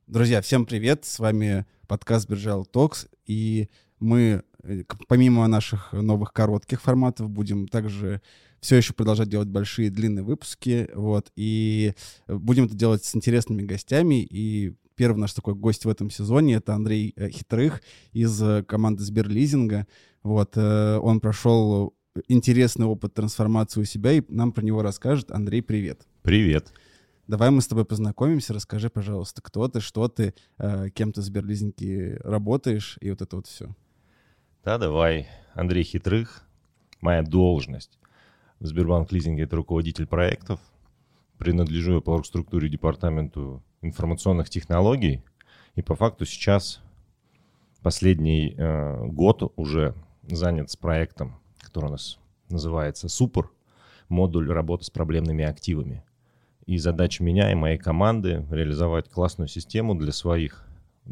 Друзья, всем привет! С вами подкаст Биржал Talks, и мы, помимо наших новых коротких форматов, будем также все еще продолжать делать большие длинные выпуски, и будем это делать с интересными гостями, и первый наш такой гость в этом сезоне — это Андрей Хитрых из команды Сберлизинга. Он прошел интересный опыт трансформации у себя, и нам про него расскажет. Андрей, привет! Привет! Давай мы с тобой познакомимся. Расскажи, пожалуйста, кто ты, что ты, кем ты в Сберлизинге работаешь, и вот это вот все. Да, давай. Андрей Хитрых. Моя должность в Сбербанк-лизинге — это руководитель проектов. Принадлежу я по оргструктуре департаменту информационных технологий. И по факту сейчас последний год уже занят с проектом, который у нас называется СУПР, модуль работы с проблемными активами. И задача меня и моей команды — реализовать классную систему для своих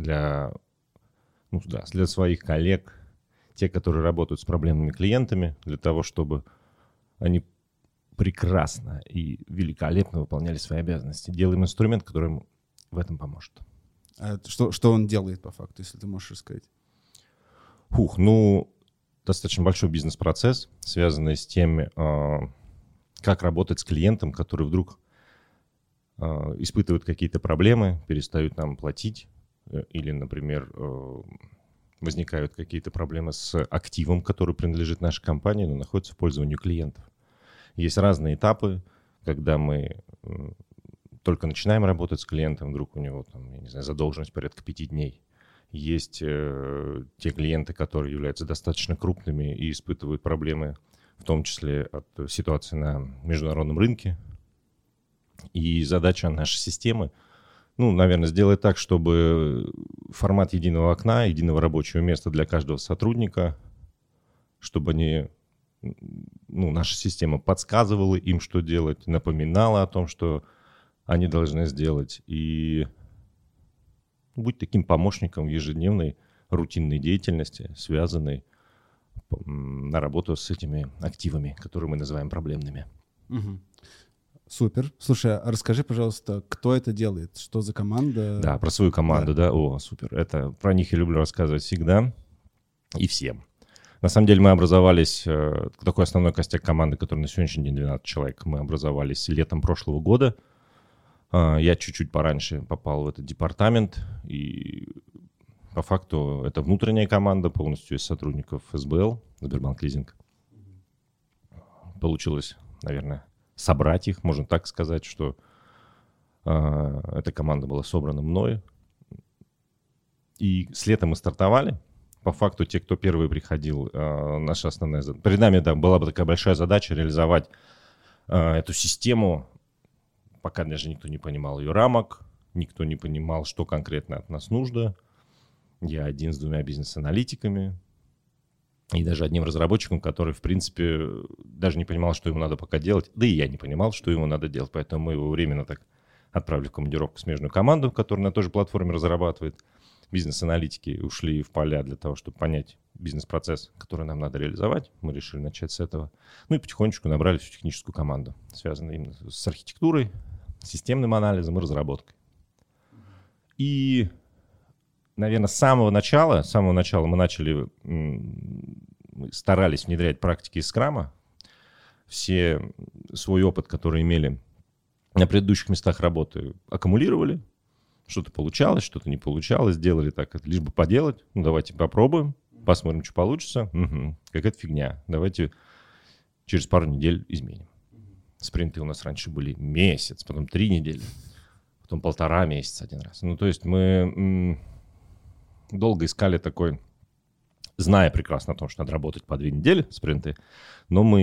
коллег, те, которые работают с проблемными клиентами, для того, чтобы они прекрасно и великолепно выполняли свои обязанности. Делаем инструмент, который им в этом поможет. А что он делает по факту, если ты можешь рассказать? Достаточно большой бизнес-процесс, связанный с тем, как работать с клиентом, который вдруг испытывают какие-то проблемы, перестают нам платить, или, например, возникают какие-то проблемы с активом, который принадлежит нашей компании, но находится в пользовании клиентов. Есть разные этапы, когда мы только начинаем работать с клиентом, вдруг у него задолженность порядка 5 дней. Есть те клиенты, которые являются достаточно крупными и испытывают проблемы, в том числе от ситуации на международном рынке. И задача нашей системы, наверное, сделать так, чтобы формат единого окна, единого рабочего места для каждого сотрудника, чтобы наша система подсказывала им, что делать, напоминала о том, что они должны сделать, и быть таким помощником в ежедневной рутинной деятельности, связанной на работу с этими активами, которые мы называем проблемными. Угу. Супер. Слушай, а расскажи, пожалуйста, кто это делает? Что за команда? Да, про свою команду, да. О, супер. Это про них я люблю рассказывать всегда и всем. На самом деле мы образовались, такой основной костяк команды, который на сегодняшний день 12 человек, мы образовались летом прошлого года. Я чуть-чуть пораньше попал в этот департамент, и по факту это внутренняя команда, полностью из сотрудников СБЛ, Сбербанк-лизинг. Получилось, наверное, собрать их, можно так сказать, что эта команда была собрана мной. И с лета мы стартовали. По факту те, кто первый приходил, наша основная задача. Перед нами была бы такая большая задача реализовать эту систему, пока даже никто не понимал ее рамок, никто не понимал, что конкретно от нас нужно. Я один с 2 бизнес-аналитиками и даже одним разработчиком, который, в принципе, даже не понимал, что ему надо пока делать. Да и я не понимал, что ему надо делать. Поэтому мы его временно так отправили в командировку в смежную команду, которая на той же платформе разрабатывает. Бизнес-аналитики ушли в поля для того, чтобы понять бизнес-процесс, который нам надо реализовать. Мы решили начать с этого. И потихонечку набрали всю техническую команду, связанную именно с архитектурой, системным анализом и разработкой. И, наверное, с самого начала мы начали, старались внедрять практики из скрама. Все свой опыт, который имели на предыдущих местах работы, аккумулировали. Что-то получалось, что-то не получалось. Делали так, лишь бы поделать. Давайте попробуем, посмотрим, что получится. Какая-то фигня. Давайте через пару недель изменим. Спринты у нас раньше были месяц, потом 3 недели, потом 1,5 месяца один раз. То есть мы долго искали такой, зная прекрасно о том, что надо работать по 2 недели спринты, но мы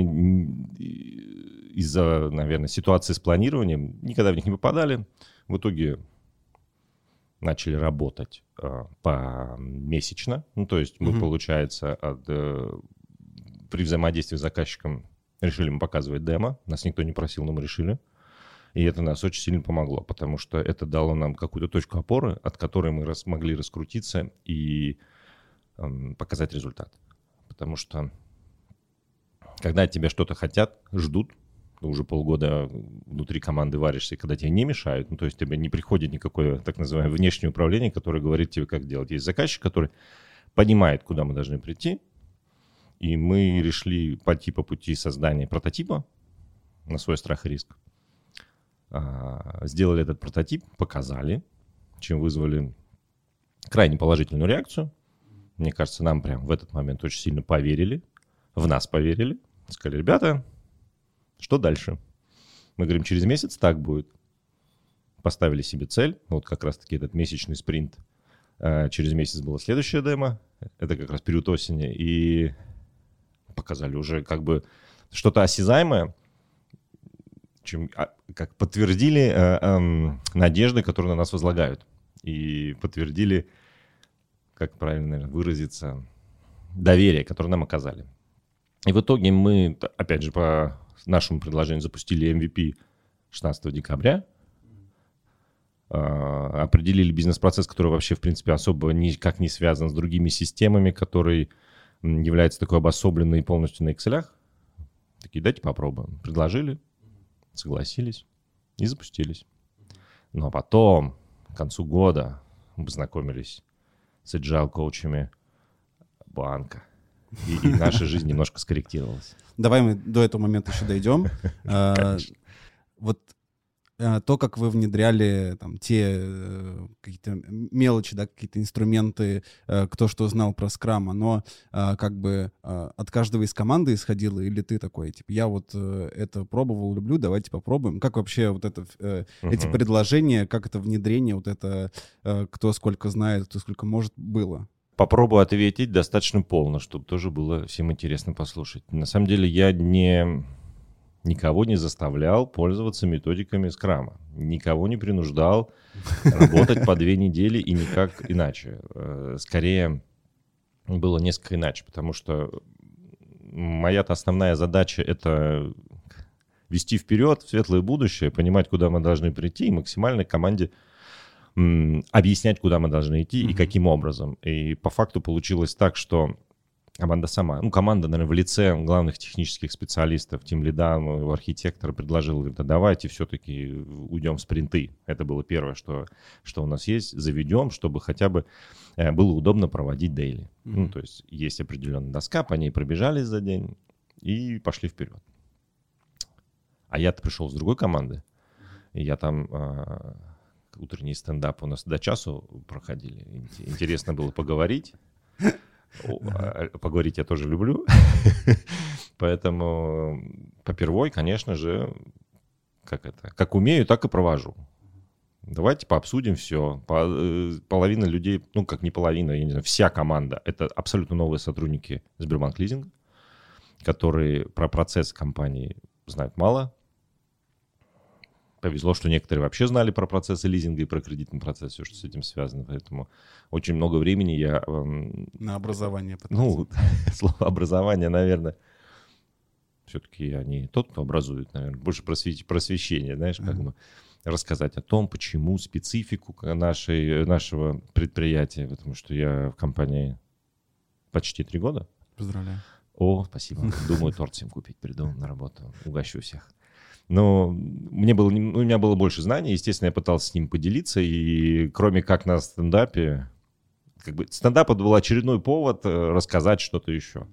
из-за, наверное, ситуации с планированием никогда в них не попадали. В итоге начали работать помесячно. То есть мы, получается, при взаимодействии с заказчиком решили мы показывать демо. Нас никто не просил, но мы решили. И это нас очень сильно помогло, потому что это дало нам какую-то точку опоры, от которой мы смогли раскрутиться и показать результат. Потому что когда от тебя что-то хотят, ждут, уже полгода внутри команды варишься, и когда тебе не мешают, ну, то есть тебе не приходит никакое так называемое внешнее управление, которое говорит тебе, как делать. Есть заказчик, который понимает, куда мы должны прийти, и мы решили пойти по пути создания прототипа на свой страх и риск. Сделали этот прототип, показали, чем вызвали крайне положительную реакцию. Мне кажется, нам прям в этот момент очень сильно поверили, в нас поверили. Сказали, ребята, что дальше? Мы говорим, через месяц так будет. Поставили себе цель, вот как раз-таки этот месячный спринт. Через месяц было следующее демо, это как раз период осени, и показали уже как бы что-то осязаемое, чем, как подтвердили надежды, которые на нас возлагают. И подтвердили, как правильно, наверное, выразиться, доверие, которое нам оказали. И в итоге мы, опять же, по нашему предложению запустили MVP 16 декабря, определили бизнес-процесс, который вообще, в принципе, особо никак не связан с другими системами, который является такой обособленный полностью на Excel. Такие, давайте попробуем. Предложили, согласились и запустились. Ну, а потом, к концу года, мы познакомились с agile-коучами банка. И наша жизнь немножко скорректировалась. Давай мы до этого момента еще дойдем. Вот то, как вы внедряли там те какие-то мелочи, да, какие-то инструменты, кто что знал про скрам, оно как бы от каждого из команды исходило, или ты такой, типа, я вот это пробовал, люблю, давайте попробуем. Как вообще вот это, эти предложения, как это внедрение, вот это кто сколько знает, кто сколько может, было? Попробую ответить достаточно полно, чтобы тоже было всем интересно послушать. На самом деле я никого не заставлял пользоваться методиками скрама. Никого не принуждал работать по 2 недели и никак иначе. Скорее, было несколько иначе, потому что моя-то основная задача — это вести вперед в светлое будущее, понимать, куда мы должны прийти, и максимально команде объяснять, куда мы должны идти и каким образом. И по факту получилось так, что команда сама, команда, наверное, в лице главных технических специалистов, тимлида, архитектора предложила, говорит, давайте все-таки уйдем в спринты. Это было первое, что у нас есть, заведем, чтобы хотя бы было удобно проводить дейли. Ну, то есть есть определенная доска, по ней пробежались за день и пошли вперед. А я-то пришел с другой команды, и я там... Утренний стендап у нас до часу проходили. Интересно было поговорить. Поговорить я тоже люблю. Поэтому попервой, конечно же, как умею, так и провожу. Давайте пообсудим все. Половина людей, как не половина, я не знаю, вся команда, это абсолютно новые сотрудники Сбербанк Лизинг, которые про процесс компании знают мало. Повезло, что некоторые вообще знали про процессы лизинга и про кредитный процесс, все, что с этим связано. Поэтому очень много времени я... На образование потратил. Слово образование, наверное, все-таки я не тот, кто образует, наверное, больше просвещение, знаешь, как бы рассказать о том, почему, специфику нашего предприятия, потому что я в компании почти 3 года. Поздравляю. О, спасибо. Думаю, торт всем купить, приду на работу, угощу всех. Но у меня было больше знаний, естественно, я пытался с ним поделиться, и кроме как на стендапе, стендап это был очередной повод рассказать что-то еще.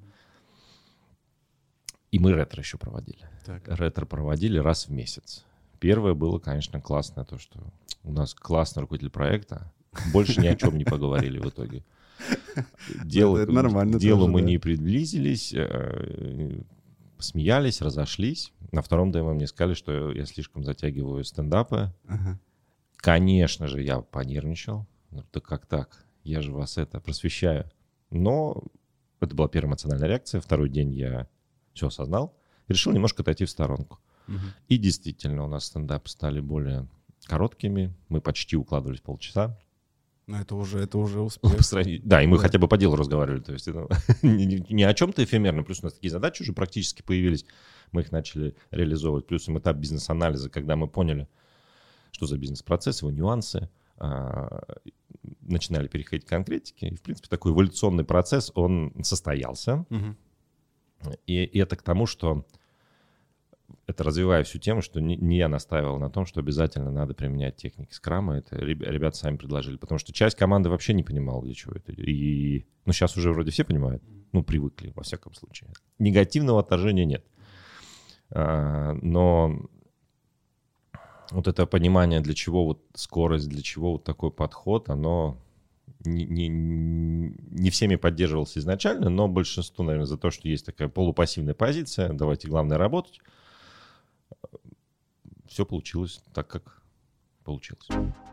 И мы ретро еще проводили. Ретро проводили раз в месяц. Первое было, конечно, классное, то, что у нас классный руководитель проекта, больше ни о чем не поговорили в итоге. К делу мы не приблизились, смеялись, разошлись. На втором демо мне сказали, что я слишком затягиваю стендапы. Конечно же, я понервничал. Да как так? Я же вас просвещаю. Но это была первая эмоциональная реакция. Второй день я все осознал. И решил немножко отойти в сторонку. И действительно, у нас стендапы стали более короткими. Мы почти укладывались полчаса. Но это уже успех. Да, и мы хотя бы по делу разговаривали. То есть не о чем-то эфемерном. Плюс у нас такие задачи уже практически появились. Мы их начали реализовывать. Плюс этап бизнес-анализа, когда мы поняли, что за бизнес-процесс, его нюансы, начинали переходить к конкретике. И, в принципе, такой эволюционный процесс, он состоялся. И это к тому, что это развивая всю тему, что не я настаивал на том, что обязательно надо применять техники скрама. Это ребята сами предложили. Потому что часть команды вообще не понимала, для чего это. И сейчас уже вроде все понимают. Привыкли, во всяком случае. Негативного отторжения нет. Но вот это понимание, для чего вот скорость, для чего вот такой подход, оно не всеми поддерживалось изначально, но большинство, наверное, за то, что есть такая полупассивная позиция, давайте, главное, работать. Все получилось так, как получилось.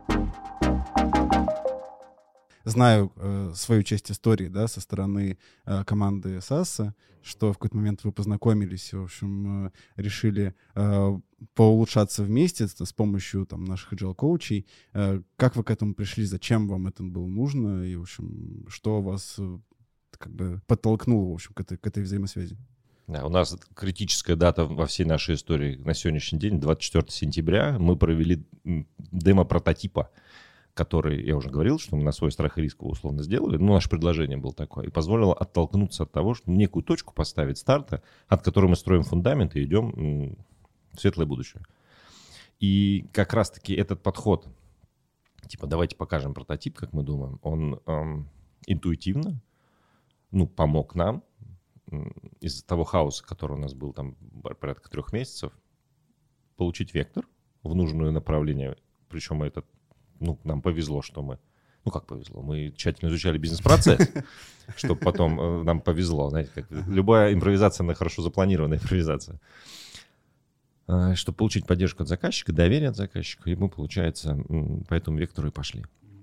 Знаю свою часть истории, да, со стороны команды САСа, что в какой-то момент вы познакомились, в общем, решили поулучшаться вместе с помощью там наших agile-коучей. Как вы к этому пришли, зачем вам это было нужно, и, в общем, что вас как бы подтолкнуло, в общем, к этой взаимосвязи? Да, у нас критическая дата во всей нашей истории на сегодняшний день, 24 сентября. Мы провели демо-прототипа, который, я уже говорил, что мы на свой страх и риск его условно сделали. Наше предложение было такое. И позволило оттолкнуться от того, что некую точку поставить старта, от которой мы строим фундамент и идем в светлое будущее. И как раз-таки этот подход, типа давайте покажем прототип, как мы думаем, он интуитивно помог нам из-за того хаоса, который у нас был там порядка 3 месяцев, получить вектор в нужное направление. Причем нам повезло, что мы... как повезло? Мы тщательно изучали бизнес-процесс, чтобы потом нам повезло. Знаете, как любая импровизация, она хорошо запланированная импровизация. Чтобы получить поддержку от заказчика, доверие от заказчика, и мы, получается, по этому вектору и пошли.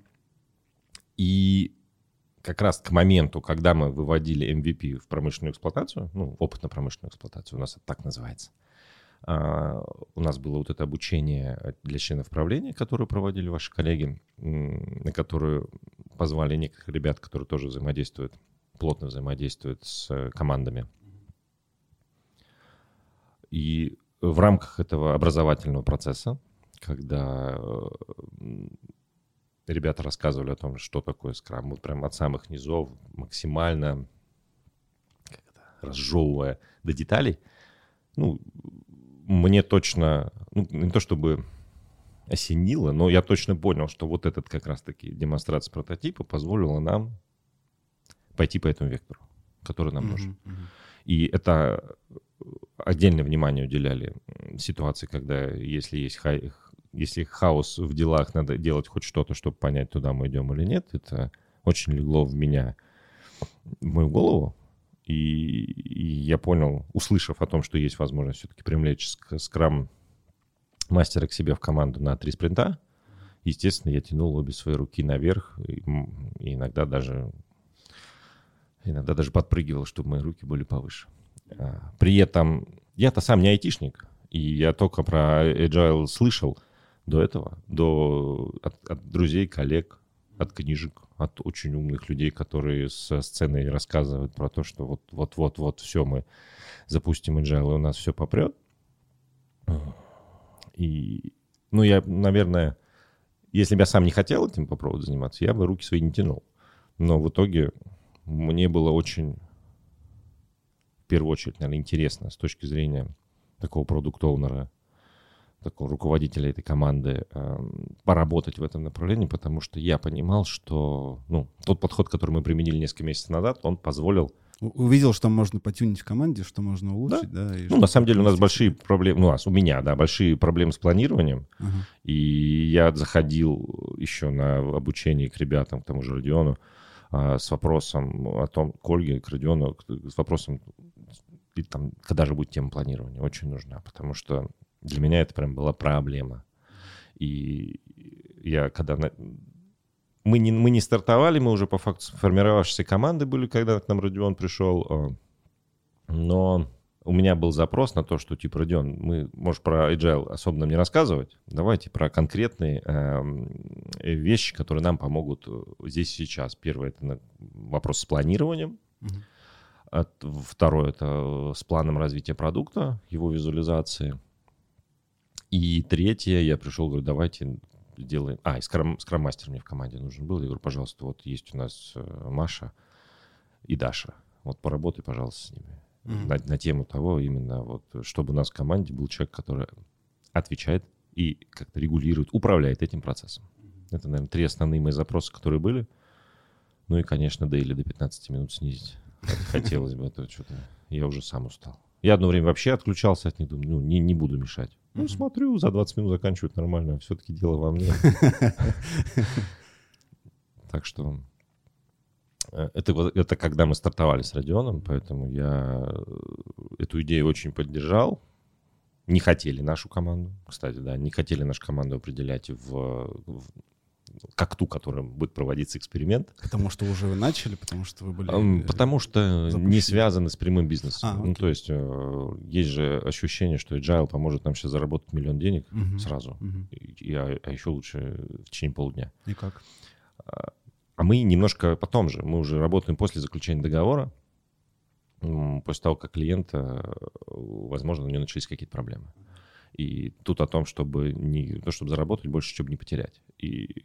И как раз к моменту, когда мы выводили MVP в промышленную эксплуатацию, опытно-промышленную эксплуатацию, у нас это так называется, у нас было вот это обучение для членов правления, которое проводили ваши коллеги, на которую позвали некоторых ребят, которые тоже плотно взаимодействуют с командами. И в рамках этого образовательного процесса, когда ребята рассказывали о том, что такое скрам, вот прям от самых низов, максимально разжевывая до деталей, мне точно, не то чтобы осенило, но я точно понял, что вот этот как раз-таки демонстрация прототипа позволила нам пойти по этому вектору, который нам нужен. И это отдельное внимание уделяли ситуации, когда если хаос в делах, надо делать хоть что-то, чтобы понять, туда мы идем или нет. Это очень легло в мою голову. И я понял, услышав о том, что есть возможность все-таки привлечь скрам-мастера к себе в команду на 3 спринта, естественно, я тянул обе свои руки наверх, и иногда даже подпрыгивал, чтобы мои руки были повыше. При этом я-то сам не айтишник, и я только про Agile слышал до этого, от друзей, коллег, от книжек, от очень умных людей, которые со сцены рассказывают про то, что вот все, мы запустим Agile, и у нас все попрет. И, я, наверное, если бы я сам не хотел этим попробовать заниматься, я бы руки свои не тянул. Но в итоге мне было очень, в первую очередь, наверное, интересно с точки зрения такого продукт-оунера, такого руководителя этой команды, поработать в этом направлении, потому что я понимал, что тот подход, который мы применили несколько месяцев назад, он позволил... Увидел, что можно потюнить в команде, что можно улучшить, да? На самом деле у нас большие проблемы, у меня, большие проблемы с планированием, и я заходил еще на обучение к ребятам, к тому же Родиону, с вопросом о том, к Ольге, к Родиону, с вопросом, когда же будет тема планирования, очень нужна, потому что для меня это прям была проблема. И мы не стартовали, мы уже по факту сформировавшейся команды были, когда к нам Родион пришел. Но у меня был запрос на то, что типа, Родион, мы, может, про Agile особо нам не рассказывать. Давайте про конкретные вещи, которые нам помогут здесь и сейчас. Первое — это вопрос с планированием. Второе — это с планом развития продукта, его визуализации. И третье, я пришел, говорю, давайте сделаем... и скрам-мастер мне в команде нужен был. Я говорю, пожалуйста, вот есть у нас Маша и Даша. Вот поработай, пожалуйста, с ними. на тему того именно, вот, чтобы у нас в команде был человек, который отвечает и как-то регулирует, управляет этим процессом. Это, наверное, 3 основные мои запросы, которые были. Ну и, конечно, дейли до 15 минут снизить. Хотелось бы, это что-то... Я уже сам устал. Я одно время вообще отключался от них, думаю, не буду мешать. Ну, смотрю, за 20 минут заканчивают нормально, все-таки дело во мне. Так что это когда мы стартовали с Родионом, поэтому я эту идею очень поддержал. Не хотели нашу команду, кстати, да, не хотели нашу команду определять как ту, которая будет проводиться эксперимент. Потому что уже вы начали, потому что вы были... Потому что не связаны с прямым бизнесом. Ну, то есть есть же ощущение, что Agile поможет нам сейчас заработать $1 000 000 денег сразу, а еще лучше в течение полдня. И как? А мы немножко потом же, мы уже работаем после заключения договора, после того, как клиента, возможно, у него начались какие-то проблемы. И тут о том, чтобы чтобы заработать больше, чтобы не потерять. И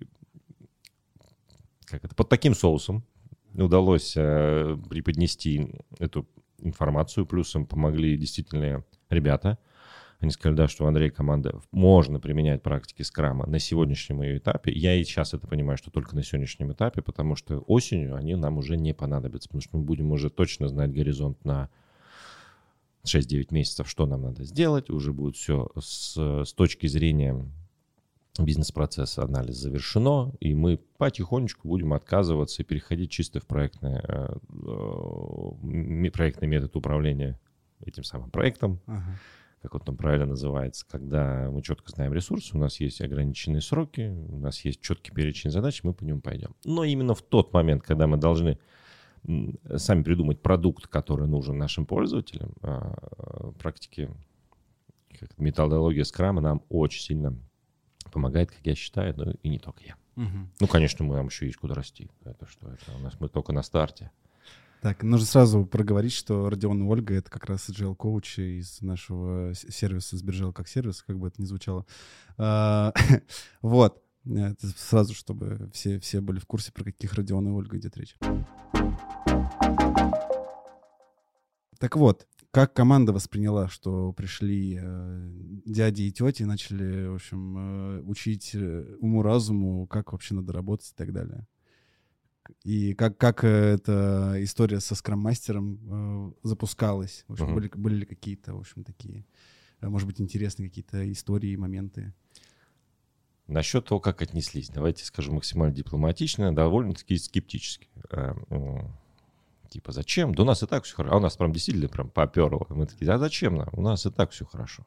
под таким соусом удалось преподнести эту информацию, плюсом помогли действительно ребята. Они сказали, да, что у Андрея команда можно применять практики скрама на сегодняшнем ее этапе. Я и сейчас это понимаю, что только на сегодняшнем этапе, потому что осенью они нам уже не понадобятся, потому что мы будем уже точно знать горизонт на 6-9 месяцев, что нам надо сделать. Уже будет все с точки зрения бизнес-процесса анализ завершено, и мы потихонечку будем отказываться и переходить чисто в проектный метод управления этим самым проектом. Как он там правильно называется, когда мы четко знаем ресурсы, у нас есть ограниченные сроки, у нас есть четкий перечень задач, мы по нему пойдем. Но именно в тот момент, когда мы должны сами придумать продукт, который нужен нашим пользователям, практики, методология скрама нам очень сильно помогает, как я считаю, но и не только я. Ну, конечно, нам еще есть куда расти. Мы только на старте. Так, нужно сразу проговорить, что Родион и Ольга — это как раз agile-коучи из нашего сервиса Сбержал как сервис, как бы это ни звучало. Вот. Это сразу, чтобы все были в курсе, про каких Родион и Ольга идет речь. Так вот, как команда восприняла, что пришли дяди и тети и начали, в общем, учить уму-разуму, как вообще надо работать и так далее? И как эта история со скрам-мастером запускалась? В общем, были ли какие-то, в общем, такие, может быть, интересные какие-то истории, моменты? Насчет того, как отнеслись, давайте скажу максимально дипломатично, довольно-таки скептически. Типа, зачем? Да у нас и так все хорошо. А у нас прям действительно прям поперло. Мы такие, а зачем нам? У нас и так все хорошо.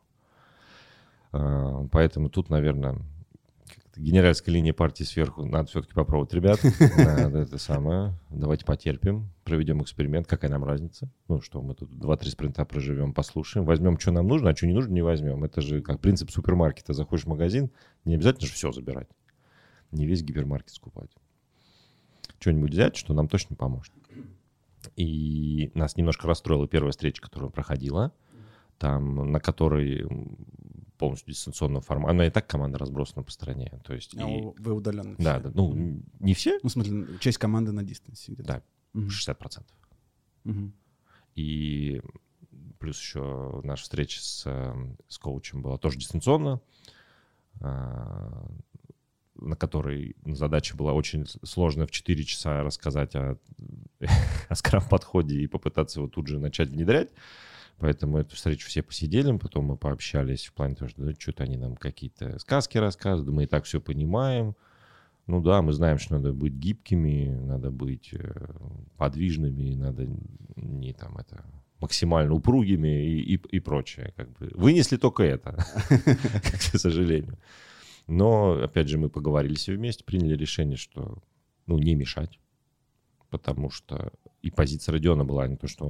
Поэтому тут, наверное, генеральская линия партии сверху надо все-таки попробовать, ребят. Это самое. Давайте потерпим, проведем эксперимент. Какая нам разница? Ну что, мы тут 2-3 спринта проживем, послушаем. Возьмем, что нам нужно, а что не нужно, не возьмем. Это же как принцип супермаркета. Заходишь в магазин, не обязательно же все забирать. Не весь гипермаркет скупать. Что-нибудь взять, что нам точно поможет. И нас немножко расстроила первая встреча, которая проходила, там, на которой полностью дистанционного формата. Она и так команда разбросана по стране. То есть, вы удаленно? Да, ну, не все. Ну, в смысле, часть команды на дистанции где-то. Да, 60%. И плюс еще наша встреча с коучем была тоже дистанционно, на которой задача была очень сложная в 4 часа рассказать о скрам-подходе и попытаться его тут же начать внедрять. Поэтому эту встречу все посидели, потом мы пообщались в плане того, что да, что-то они нам какие-то сказки рассказывают, мы и так все понимаем. Ну да, мы знаем, что надо быть гибкими, надо быть подвижными, надо не там это максимально упругими и прочее. Как бы. Вынесли только это, к сожалению. Но, опять же, мы поговорили все вместе, приняли решение, что не мешать. Потому что и позиция Родиона была не то, что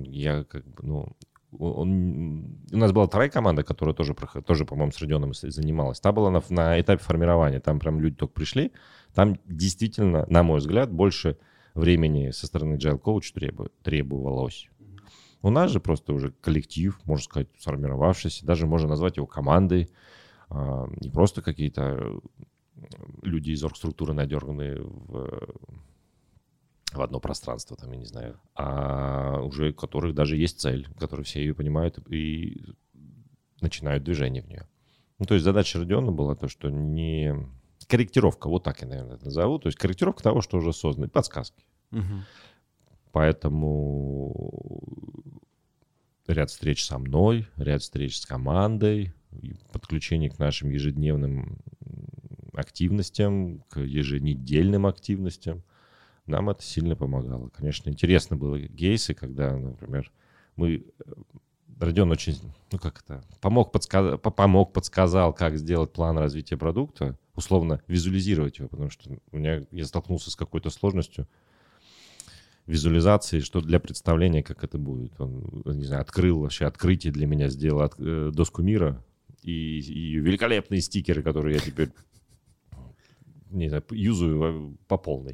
у нас была вторая команда, которая тоже, по-моему, с Родионом занималась. Та была на этапе формирования. Там прям люди только пришли. Там действительно, на мой взгляд, больше времени со стороны Agile Coach требовалось. У нас же просто уже коллектив, можно сказать, сформировавшийся. Даже можно назвать его командой. Не просто какие-то люди из оргструктуры надерганные в в одно пространство, там, я не знаю, а уже у которых даже есть цель, которые все ее понимают и начинают движение в нее. Ну, то есть задача Родиона была то, что не корректировка, вот так я, наверное, это назову, то есть корректировка того, что уже создано, подсказки. Поэтому ряд встреч со мной, ряд встреч с командой, подключение к нашим ежедневным активностям, к еженедельным активностям, нам это сильно помогало. Конечно, интересно было кейсы, когда, например, Родион очень, помог, подсказал, как сделать план развития продукта, условно визуализировать его, потому что я столкнулся с какой-то сложностью визуализации, что для представления, как это будет. Он, не знаю, открытие для меня сделал, доску мира и великолепные стикеры, которые я теперь, не знаю, юзаю по полной.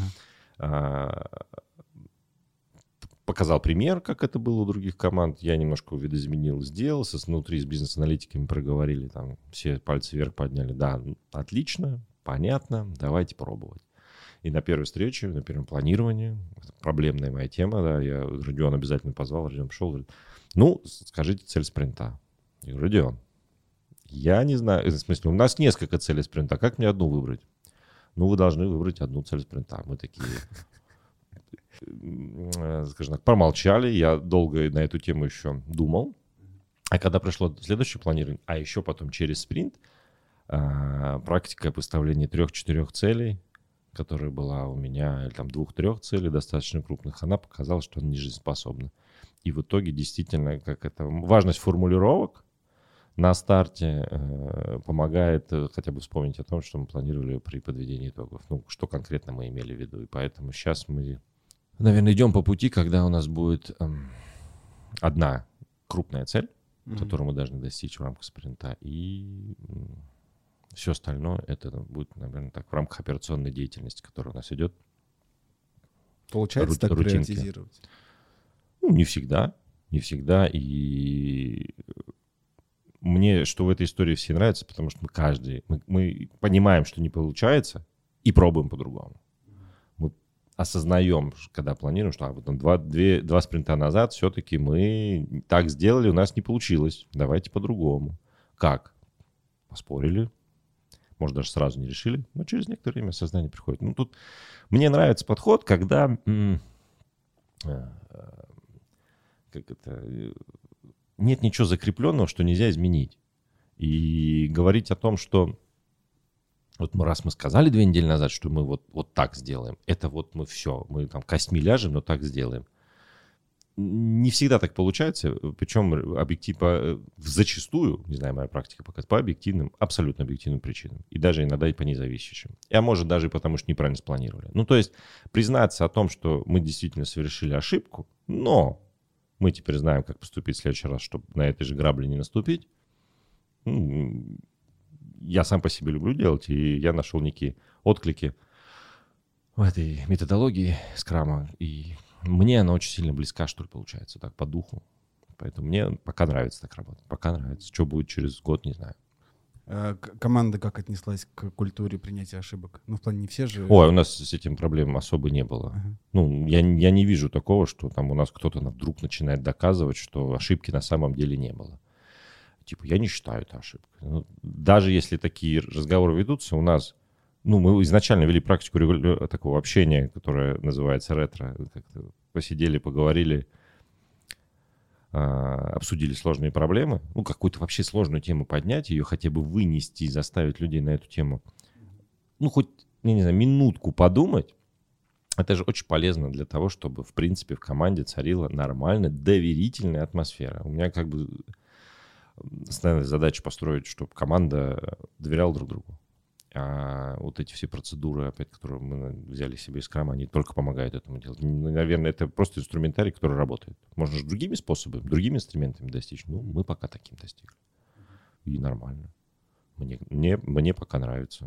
Показал пример, как это было у других команд. Я немножко видоизменил, сделал. Внутри с бизнес-аналитиками проговорили, там все пальцы вверх подняли. Да, отлично, понятно, давайте пробовать. И на первой встрече, на первом планировании, проблемная моя тема, да, я Родион обязательно позвал, Родион пришел, говорит, скажите цель спринта. Я говорю, Родион, я не знаю, в смысле, у нас несколько целей спринта, как мне одну выбрать? Вы должны выбрать одну цель спринта. Мы такие, скажем так, промолчали, я долго на эту тему еще думал. А когда пришло следующее планирование, а еще потом через спринт, практика поставления 3-4 целей, которая была у меня, или там 2-3 целей достаточно крупных, она показала, что она не жизнеспособна. И в итоге действительно, важность формулировок на старте помогает хотя бы вспомнить о том, что мы планировали при подведении итогов. Что конкретно мы имели в виду. И поэтому сейчас мы, наверное, идем по пути, когда у нас будет одна крупная цель, которую мы должны достичь в рамках спринта, и все остальное это будет, наверное, так, в рамках операционной деятельности, которая у нас идет. Получается так приоритизировать? Не всегда. И мне, что в этой истории все нравится, потому что мы понимаем, что не получается, и пробуем по-другому. Мы осознаем, когда планируем, что два спринта назад все-таки мы так сделали, у нас не получилось. Давайте по-другому. Как? Поспорили. Может, даже сразу не решили, но через некоторое время осознание приходит. Тут мне нравится подход, когда нет ничего закрепленного, что нельзя изменить. И говорить о том, что раз мы сказали 2 недели назад, что мы вот так сделаем, это мы все, мы там костьми ляжем, но так сделаем. Не всегда так получается, причем зачастую, не знаю, моя практика показывает, по абсолютно объективным причинам. И даже иногда и по независящим. А может даже и потому, что неправильно спланировали. То есть признаться о том, что мы действительно совершили ошибку, но мы теперь знаем, как поступить в следующий раз, чтобы на этой же грабли не наступить. Я сам по себе люблю делать, и я нашел некие отклики в этой методологии скрама, и мне она очень сильно близка, что ли, получается, так, по духу. Поэтому мне пока нравится так работать. Пока нравится. Что будет через год, не знаю. Команда как отнеслась к культуре принятия ошибок? В плане не все же... Ой, у нас с этим проблем особо не было. Я не вижу такого, что там у нас кто-то вдруг начинает доказывать, что ошибки на самом деле не было. Я не считаю это ошибкой. Даже если такие разговоры ведутся, у нас... мы изначально вели практику такого общения, которое называется ретро. Как-то посидели, поговорили, обсудили сложные проблемы. Какую-то вообще сложную тему поднять, ее хотя бы вынести и заставить людей на эту тему, хоть, я не знаю, минутку подумать. Это же очень полезно для того, чтобы, в принципе, в команде царила нормальная, доверительная атмосфера. У меня основная задача построить, чтобы команда доверяла друг другу. А эти все процедуры, опять, которые мы взяли себе из скрама, они только помогают этому делать. Наверное, это просто инструментарий, который работает. Можно же другими способами, другими инструментами достичь. Мы пока таким достигли. И нормально. Мне пока нравится.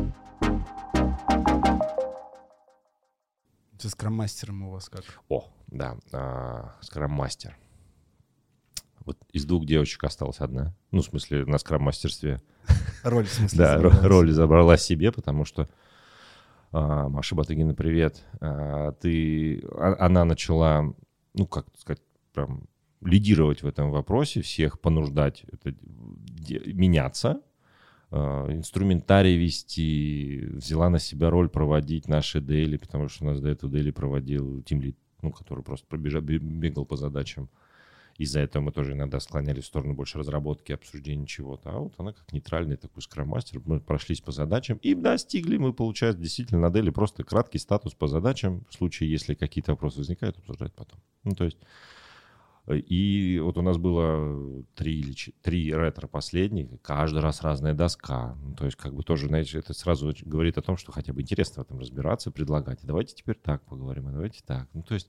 Со скрам-мастером у вас как? Скрам-мастер. Из 2 девочек осталась одна. В смысле, на скрам-мастерстве. Роль, в смысле, да, роль забрала себе, потому что Маша Батыгина, привет. Она начала, ну, как сказать, прям лидировать в этом вопросе, всех понуждать меняться, инструментарий вести, взяла на себя роль проводить наши дейли, потому что у нас до этого дейли проводил тимлид, ну, который просто бегал по задачам. Из-за этого мы тоже иногда склонялись в сторону больше разработки, обсуждения чего-то. А вот она как нейтральный такой скрам-мастер. Мы прошлись по задачам и достигли мы, получается, действительно на деле просто краткий статус по задачам. В случае, если какие-то вопросы возникают, обсуждать потом. Ну, то есть... И вот у нас было 3 ретро последних, каждый раз разная доска. Ну, то есть как бы тоже, знаете, это сразу говорит о том, что хотя бы интересно в этом разбираться, предлагать. И давайте теперь так поговорим, а давайте так. Ну, то есть...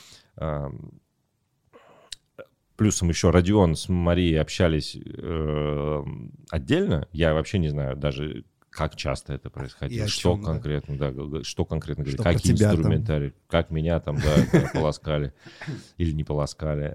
Плюсом еще Родион с Марией общались отдельно. Я вообще не знаю даже, как часто это происходило. Что конкретно, да, что конкретно говорили, какие инструментарии, как меня там, да, полоскали или не полоскали.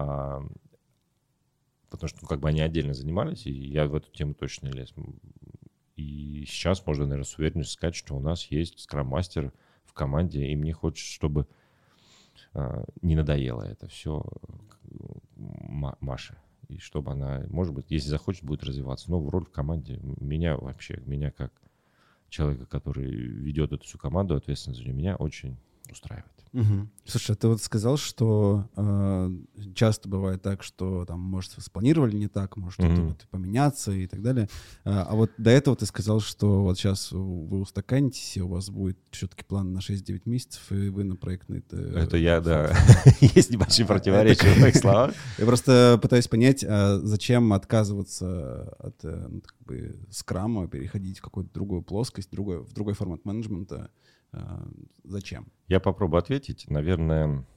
Потому что, ну, как бы они отдельно занимались, и я в эту тему точно лез. И сейчас можно, наверное, с уверенностью сказать, что у нас есть скрам-мастер в команде, и мне хочется, чтобы не надоело это все Маше. И чтобы она, может быть, если захочет, будет развиваться. Но в роль в команде меня как человека, который ведет эту всю команду, ответственность за нее, меня очень устраивает. Угу. Слушай, а ты вот сказал, что часто бывает так, что там, может, спланировали не так, может что-то вот поменяться и так далее. А вот до этого ты сказал, что вот сейчас вы устаканитесь, и у вас будет все-таки план на 6-9 месяцев, и вы на проектный... Это я, да. Есть небольшие противоречия в моих словах. Я просто пытаюсь понять, зачем отказываться от скрама, переходить в какую-то другую плоскость, в другой формат менеджмента. Зачем? Я попробую ответить. Наверное,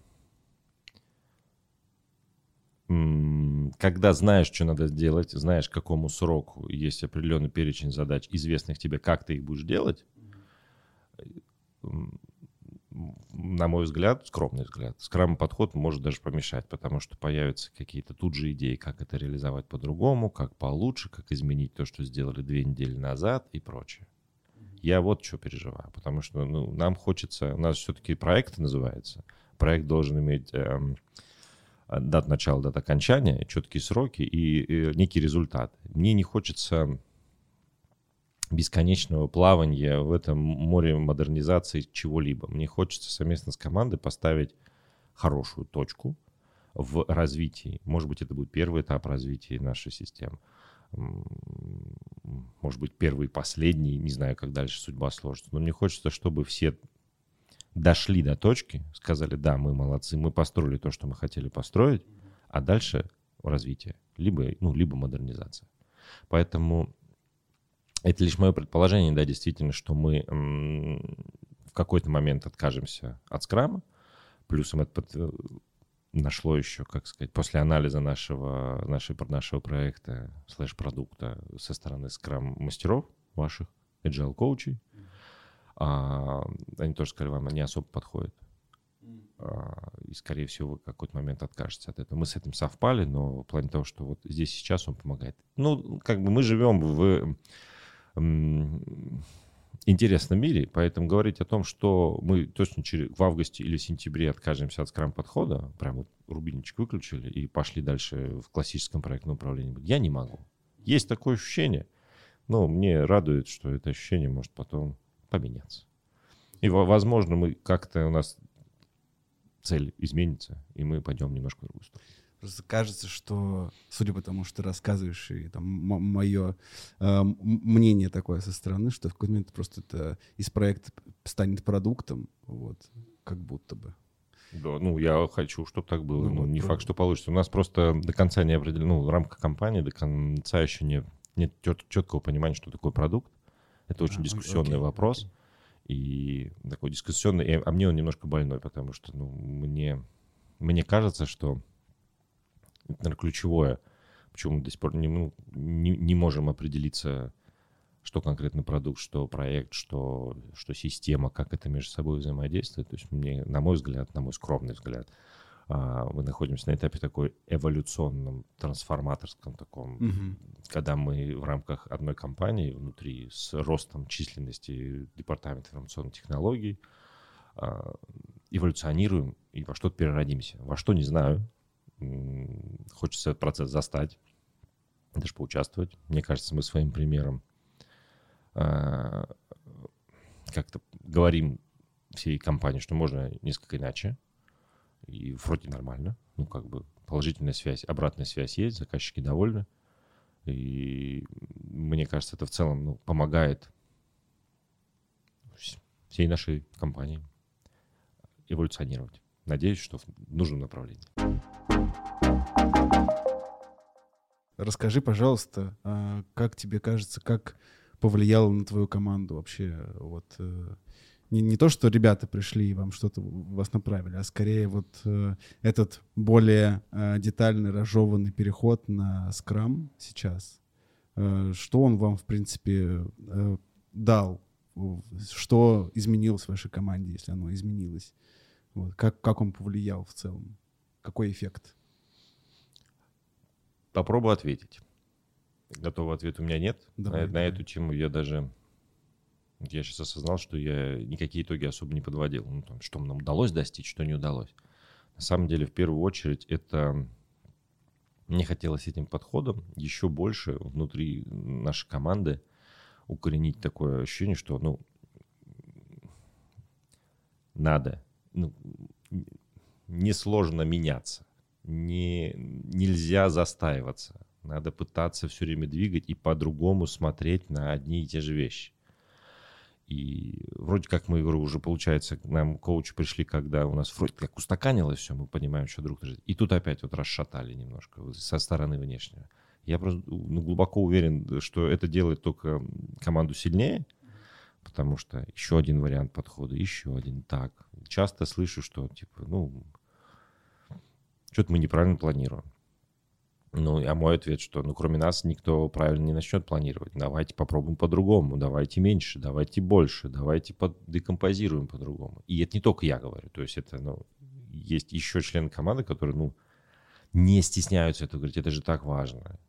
когда знаешь, что надо сделать, знаешь, к какому сроку есть определенный перечень задач, известных тебе, как ты их будешь делать, на мой взгляд, скромный взгляд, скрам-подход может даже помешать, потому что появятся какие-то тут же идеи, как это реализовать по-другому, как получше, как изменить то, что сделали 2 недели назад и прочее. Я вот что переживаю, потому что нам хочется, у нас все-таки проект называется, проект должен иметь дату начала, дату окончания, четкие сроки и некий результат. Мне не хочется бесконечного плавания в этом море модернизации чего-либо. Мне хочется совместно с командой поставить хорошую точку в развитии. Может быть, это будет первый этап развития нашей системы. Может быть, первый и последний, не знаю, как дальше судьба сложится, но мне хочется, чтобы все дошли до точки, сказали, да, мы молодцы, мы построили то, что мы хотели построить, а дальше развитие, либо модернизация. Поэтому это лишь мое предположение, да, действительно, что мы в какой-то момент откажемся от скрама, плюсом это нашло еще, как сказать, после анализа нашего проекта /продукта со стороны скрам-мастеров ваших, agile-коучей. Они тоже сказали, вам не особо подходит. И, скорее всего, вы в какой-то момент откажетесь от этого. Мы с этим совпали, но в плане того, что вот здесь сейчас он помогает. Ну, как бы мы живем в интересном мире, поэтому говорить о том, что мы точно в августе или сентябре откажемся от скрам-подхода, прям вот рубильничек выключили и пошли дальше в классическом проектном управлении, я не могу. Есть такое ощущение, но мне радует, что это ощущение может потом поменяться. И, возможно, у нас цель изменится, и мы пойдем немножко в другую сторону. Просто кажется, что, судя по тому, что ты рассказываешь, и там мое мнение такое со стороны, что в какой-то момент просто это из проекта станет продуктом, вот, как будто бы. Да, я хочу, чтобы так было. Не факт, что получится. У нас просто до конца не определено, в рамках компании до конца еще нет четкого понимания, что такое продукт. Это очень дискуссионный вопрос. И такой дискуссионный, а мне он немножко больной, потому что мне кажется, что это, наверное, ключевое, почему мы до сих пор не можем определиться, что конкретно продукт, что проект, что система, как это между собой взаимодействует. То есть мне, на мой взгляд, на мой скромный взгляд, Мы находимся на этапе такой эволюционном, трансформаторском таком, когда мы в рамках одной компании внутри с ростом численности департамента информационных технологий эволюционируем и во что-то переродимся. Во что, не знаю. Хочется этот процесс застать, даже поучаствовать. Мне кажется, мы своим примером как-то говорим всей компании, что можно несколько иначе. И вроде нормально. Ну, как бы положительная связь, обратная связь есть, заказчики довольны. И мне кажется, это в целом помогает всей нашей компании эволюционировать. Надеюсь, что в нужном направлении. Расскажи, пожалуйста, как тебе кажется, как повлияло на твою команду вообще вот... Не то, что ребята пришли и вам что-то вас направили, а скорее вот этот более детальный, разжеванный переход на Scrum сейчас. Что он вам, в принципе, дал? Что изменилось в вашей команде, если оно изменилось? Вот. Как он повлиял в целом? Какой эффект? Попробую ответить. Готового ответа у меня нет. Давай. На эту тему я сейчас осознал, что я никакие итоги особо не подводил. Что нам удалось достичь, что не удалось. На самом деле, в первую очередь, мне хотелось этим подходом еще больше внутри нашей команды укоренить такое ощущение, что надо, несложно меняться, нельзя застаиваться. Надо пытаться все время двигать и по-другому смотреть на одни и те же вещи. И вроде как мы, говорю, уже получается, к нам коучи пришли, когда у нас вроде как устаканилось все, мы понимаем, что друг лежит. И тут опять вот расшатали немножко со стороны внешнего. Я просто глубоко уверен, что это делает только команду сильнее, потому что еще один вариант подхода, еще один так. Часто слышу, что что-то мы неправильно планируем. А мой ответ, что кроме нас никто правильно не начнет планировать. Давайте попробуем по-другому, давайте меньше, давайте больше, давайте декомпозируем по-другому. И это не только я говорю, то есть это, есть еще члены команды, которые, не стесняются это говорить, это же так важно.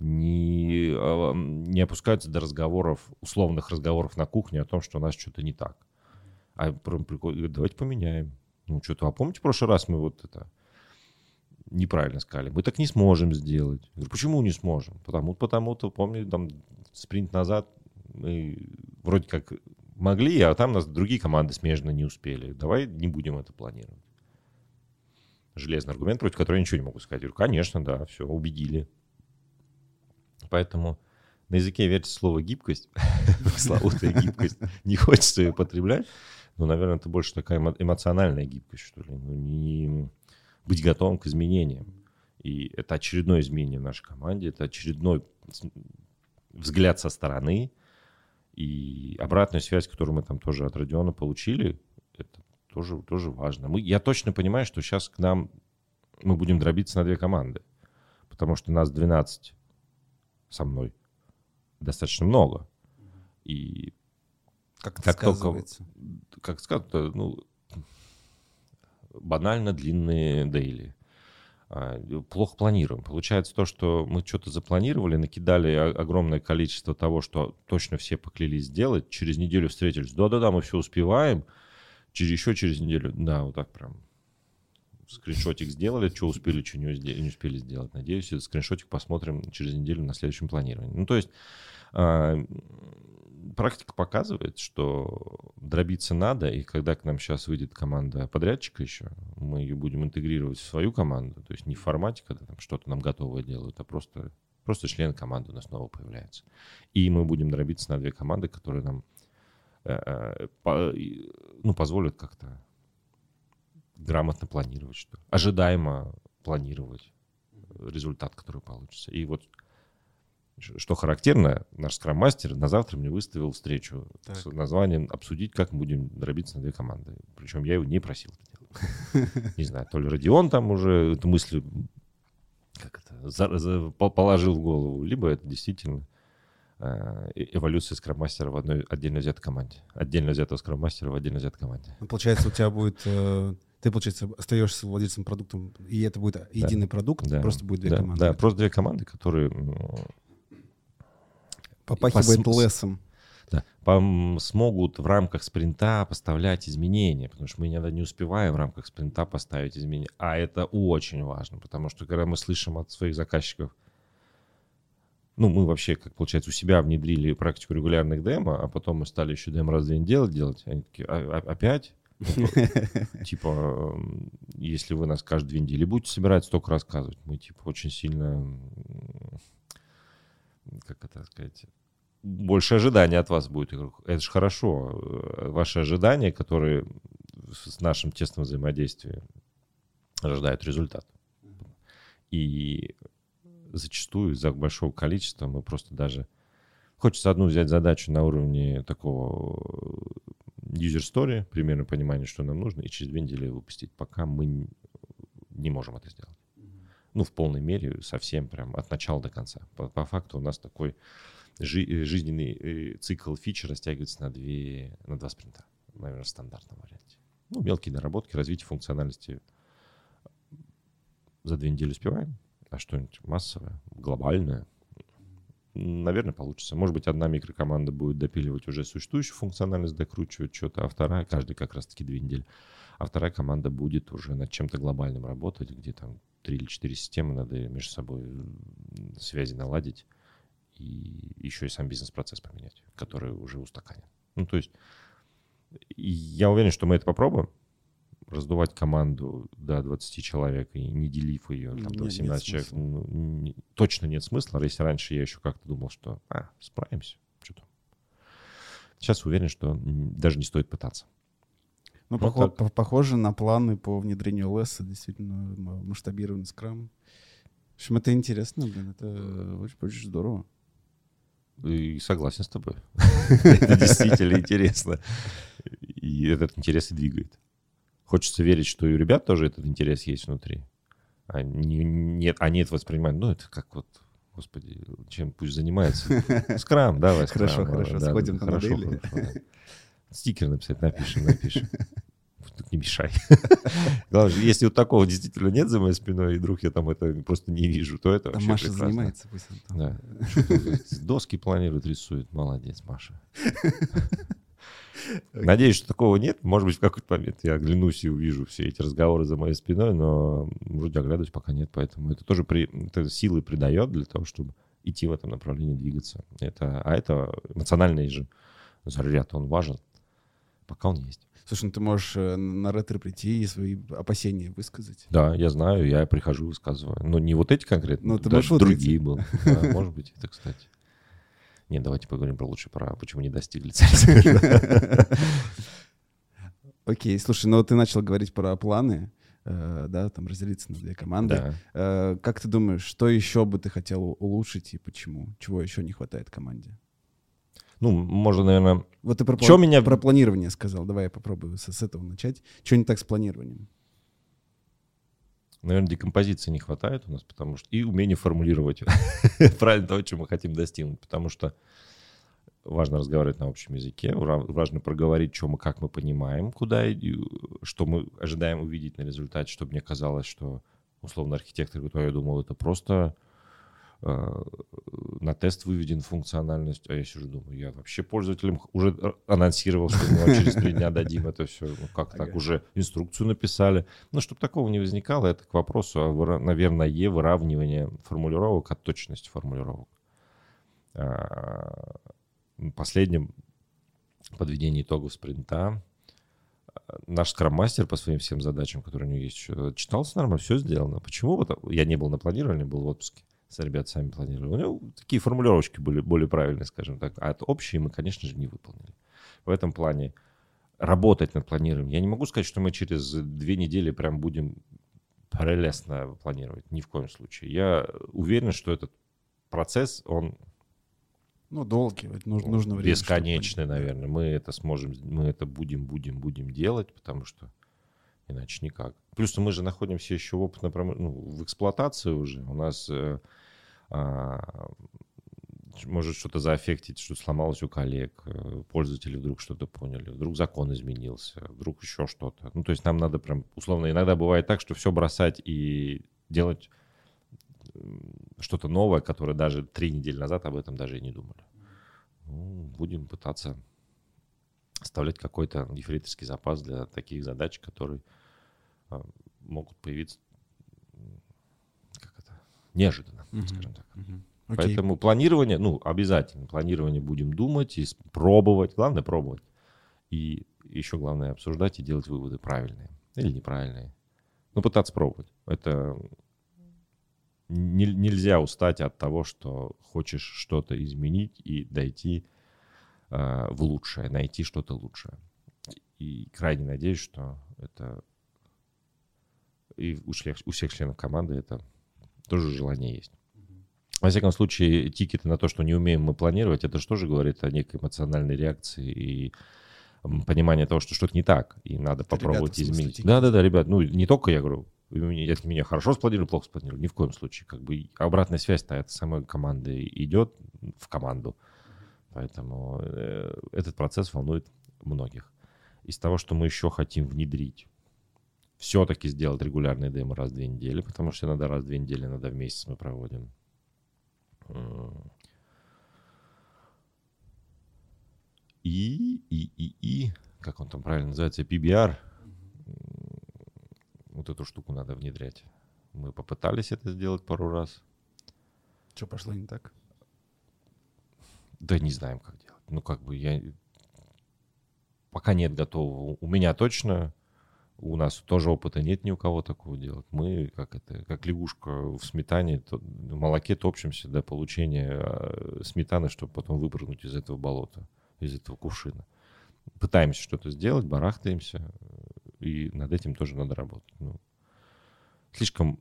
Не опускаются до разговоров, условных разговоров на кухне о том, что у нас что-то не так. А приходят, давайте поменяем. А помните, в прошлый раз мы неправильно сказали. Мы так не сможем сделать. Я говорю, почему не сможем? Потому-то, помню, спринт назад мы вроде как могли, а там нас другие команды смежно не успели. Давай не будем это планировать. Железный аргумент, против которого я ничего не могу сказать. Я говорю, конечно, да, все, убедили. Поэтому на языке вертится слово гибкость, пресловутая гибкость. Не хочется ее употреблять, но, наверное, это больше такая эмоциональная гибкость, что ли. Не быть готовым к изменениям. И это очередное изменение в нашей команде, это очередной взгляд со стороны. И обратную связь, которую мы там тоже от Родиона получили, это тоже важно. Я точно понимаю, что сейчас к нам мы будем дробиться на 2 команды, потому что нас 12 со мной достаточно много. И как это сказывается? Как сказать, банально длинные дейли. Плохо планируем. Получается то, что мы что-то запланировали, накидали огромное количество того, что точно все поклялись сделать. Через неделю встретились. Да-да-да, мы все успеваем. Через неделю. Да, вот так прям. Скриншотик сделали, что успели, что не успели сделать. Надеюсь, этот скриншотик посмотрим через неделю на следующем планировании. То есть практика показывает, что дробиться надо, и когда к нам сейчас выйдет команда подрядчика еще, мы ее будем интегрировать в свою команду, то есть не в формате, когда там что-то нам готовое делают, а просто член команды у нас снова появляется. И мы будем дробиться на 2 команды, которые нам позволят как-то грамотно планировать, что ожидаемо планировать результат, который получится. И вот что характерно, наш скрам-мастер на завтра мне выставил встречу с названием «Обсудить, как мы будем дробиться на 2 команды». Причем я его не просил это делать. Не знаю, то ли Родион там уже эту мысль положил в голову, либо это действительно эволюция скрам-мастера в одной отдельно взятой команде. Отдельно взятого скрам-мастера в отдельно взятой команде. Получается, у тебя будет Ты, получается, остаешься владельцем продукта, и это будет единый продукт, просто будет две команды. Да, просто две команды, которые... Попахивает лесом. Да, смогут в рамках спринта поставлять изменения, потому что мы иногда не успеваем в рамках спринта поставить изменения. А это очень важно, потому что когда мы слышим от своих заказчиков, мы вообще, как получается, у себя внедрили практику регулярных демо, а потом мы стали еще демо раз в день делать. Они такие, опять? Типа, если вы нас каждые 2 недели будете собирать, столько рассказывать. Мы, типа, очень сильно, как это сказать, больше ожидания от вас будет. Я говорю, это же хорошо. Ваши ожидания, которые с нашим тесным взаимодействием рождают результат. И зачастую из-за большого количества мы просто даже... Хочется одну взять задачу на уровне такого user story, примерно понимания, что нам нужно, и через 2 недели выпустить, пока мы не можем это сделать. В полной мере, совсем прям от начала до конца. По факту у нас такой жизненный цикл фичи растягивается на 2 спринта, наверное, в стандартном варианте. Мелкие доработки, развитие функциональности за 2 недели успеваем, а что-нибудь массовое, глобальное, наверное, получится. Может быть, одна микрокоманда будет допиливать уже существующую функциональность, докручивать что-то, а вторая, каждый как раз-таки 2 недели, а вторая команда будет уже над чем-то глобальным работать, где там 3 или 4 системы надо между собой связи наладить и еще и сам бизнес-процесс поменять, который уже устаканен. То есть я уверен, что мы это попробуем. Раздувать команду до 20 человек и не делив ее там, до 18 человек, точно нет смысла. Если раньше я еще как-то думал, что справимся, что там. Сейчас уверен, что даже не стоит пытаться. Похоже на планы по внедрению LS, действительно масштабированный скрам. В общем, это интересно, это очень здорово. И согласен с тобой. Это действительно интересно. И этот интерес и двигает. Хочется верить, что и у ребят тоже этот интерес есть внутри. Они это воспринимают. Это как господи, чем пусть занимается. Скрам, давай. Хорошо, сходим по модели. Стикер написать, напишем. Тут не мешай. Главное, если такого действительно нет за моей спиной, и вдруг я там это просто не вижу, то это вообще Маша прекрасно. занимается, пусть он там. Да. Доски планирует, рисует. Молодец, Маша. Надеюсь, что такого нет. Может быть, в какой-то момент я оглянусь и увижу все эти разговоры за моей спиной, но вроде оглядываюсь пока нет. Поэтому это тоже силы придает для того, чтобы идти в этом направлении, двигаться. Это эмоциональный же заряд, он важен, пока он есть. Слушай, ты можешь на ретро прийти и свои опасения высказать. Да, я знаю, я прихожу, высказываю. Но не вот эти конкретно, даже другие были. Да, может быть, это, кстати. Нет, давайте поговорим про почему не достигли цели. Окей, слушай, ты начал говорить про планы, да, там разделиться на 2 команды. Да. Как ты думаешь, что еще бы ты хотел улучшить и почему? Чего еще не хватает команде? Можно, наверное... Вот ты про планирование сказал. Давай я попробую с этого начать. Что не так с планированием? Наверное, декомпозиции не хватает у нас, потому что и умение формулировать правильно то, чего мы хотим достигнуть, потому что важно разговаривать на общем языке, важно проговорить, как мы понимаем, куда и что мы ожидаем увидеть на результате, чтобы мне казалось, что условно архитектор, который я думал, это просто на тест выведена функциональность, а я сижу, думаю, я вообще пользователям уже анонсировал, что мы через 3 дня дадим это все, так, уже инструкцию написали. Чтобы такого не возникало, это к вопросу о, наверное, выравнивания формулировок от точности формулировок. В последнем подведении итогов спринта наш скрам-мастер по своим всем задачам, которые у него есть, читался нормально, все сделано. Почему? Я не был на планировании, был в отпуске. Ребята сами планировали. У него такие формулировочки были более правильные, скажем так. А общие мы, конечно же, не выполнили. В этом плане работать над планированием. Я не могу сказать, что мы через 2 недели прям будем прелестно планировать. Ни в коем случае. Я уверен, что этот процесс, он... долгий. Нужно время. Бесконечный, наверное. Мы это сможем, мы это будем делать, потому что иначе никак. Плюс мы же находимся еще в эксплуатации уже. У нас может что-то заэффектить, что сломалось у коллег, пользователи вдруг что-то поняли, вдруг закон изменился, вдруг еще что-то. Ну, то есть нам надо прям, условно, иногда бывает так, что все бросать и делать что-то новое, которое даже 3 недели назад об этом даже и не думали. Ну, будем пытаться оставлять какой-то ефрейторский запас для таких задач, которые могут появиться неожиданно, скажем так. Окей. Поэтому планирование, обязательно планирование будем думать и пробовать. Главное пробовать. И еще главное обсуждать и делать выводы правильные или неправильные. Пытаться пробовать. Это нельзя устать от того, что хочешь что-то изменить и дойти в лучшее, найти что-то лучшее. И крайне надеюсь, что это и у всех членов команды это тоже желание есть. Во всяком случае, тикеты на то, что не умеем мы планировать, это же тоже говорит о некой эмоциональной реакции и понимании того, что что-то не так, и надо попробовать изменить. Да, ребят, не только я говорю, если меня хорошо спланировали, плохо спланировали, ни в коем случае. Обратная связь-то от самой команды идет в команду, поэтому этот процесс волнует многих. Из того, что мы еще хотим внедрить, все-таки сделать регулярные демо раз в 2 недели, потому что иногда раз в 2 недели, иногда в месяц мы проводим. И как он там правильно называется, PBR, вот эту штуку надо внедрять. Мы попытались это сделать пару раз. Что пошло не так? Да не знаем, как делать. Я пока нет готового. У меня точно, у нас тоже опыта нет ни у кого такого делать. Мы, как лягушка в сметане, в молоке топчемся до получения сметаны, чтобы потом выпрыгнуть из этого болота, из этого кувшина. Пытаемся что-то сделать, барахтаемся, и над этим тоже надо работать. Слишком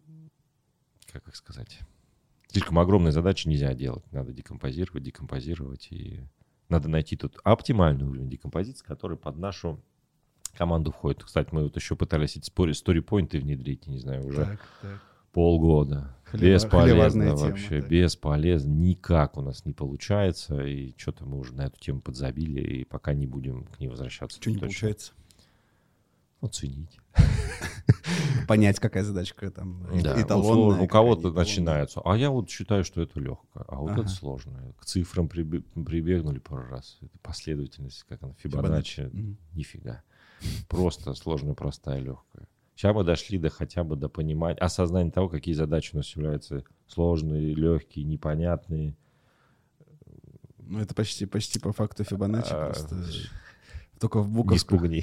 огромные задачи нельзя делать. Надо декомпозировать, и надо найти тут оптимальный уровень декомпозиции, который под нашу команду входит. Кстати, мы еще пытались эти сторипоинты внедрить, не знаю, уже полгода. Бесполезно вообще, бесполезно. Никак у нас не получается. И что-то мы уже на эту тему подзабили, и пока не будем к ней возвращаться. Что не получается? Оценить. Понять, какая задачка там эталонная. У кого-то начинается. А я считаю, что это легко. А вот это сложно. К цифрам прибегнули пару раз. Это последовательность, как она, Фибоначчи. Нифига. Просто сложная, простая, легкая. Сейчас мы дошли хотя бы до понимания, осознания того, какие задачи у нас являются сложные, легкие, непонятные. Это почти по факту Фибоначчи, просто только в буковках. Не спугни.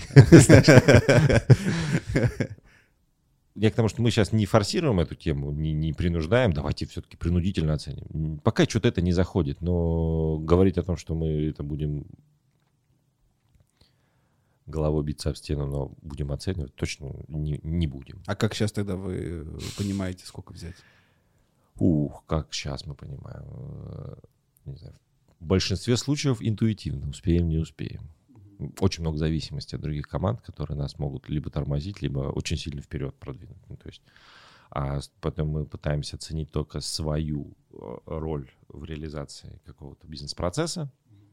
Я к тому, что мы сейчас не форсируем эту тему, не принуждаем, давайте все-таки принудительно оценим. Пока что-то это не заходит, но говорить о том, что мы это будем головой биться об стену, но будем оценивать, точно не будем. А как сейчас тогда вы понимаете, сколько взять? Как сейчас мы понимаем. Не знаю. В большинстве случаев интуитивно. Успеем, не успеем. Очень много зависимости от других команд, которые нас могут либо тормозить, либо очень сильно вперед продвинуть. А потом мы пытаемся оценить только свою роль в реализации какого-то бизнес-процесса.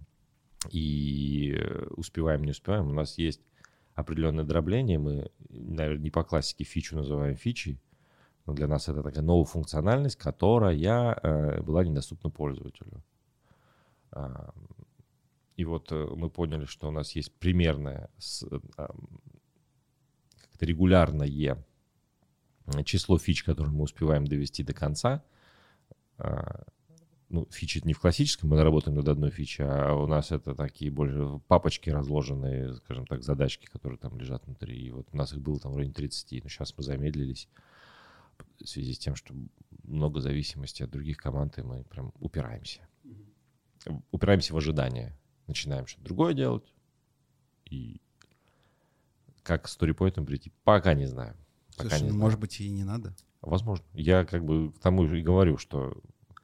И успеваем, не успеваем. У нас есть определенное дробление. Мы, наверное, не по классике фичу называем фичей, но для нас это такая новая функциональность, которая была недоступна пользователю. И вот мы поняли, что у нас есть примерное регулярное число фич, которые мы успеваем довести до конца. Фичи не в классическом, мы работаем над одной фичей, а у нас это такие больше папочки разложенные, скажем так, задачки, которые там лежат внутри. И вот у нас их было там в районе 30, но сейчас мы замедлились в связи с тем, что много зависимости от других команд, и мы прям упираемся. Упираемся в ожидание. Начинаем что-то другое делать. И как к сторипоинтам прийти, пока не знаю. Слушай, может быть, и не надо? Возможно. Я к тому и говорю, что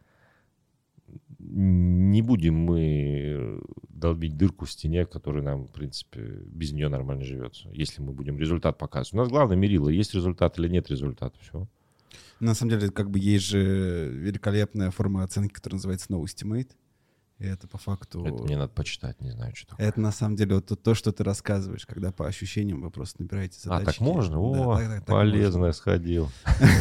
не будем мы долбить дырку в стене, в которой нам, в принципе, без нее нормально живется. Если мы будем результат показывать. У нас главное мерило, есть результат или нет результата. Все. На самом деле, есть же великолепная форма оценки, которая называется no estimate. И это по факту... Это мне надо почитать, не знаю, что такое. Это на самом деле вот то, что ты рассказываешь, когда по ощущениям вы просто набираете задачки. Так можно? Да, так полезно можно. сходил.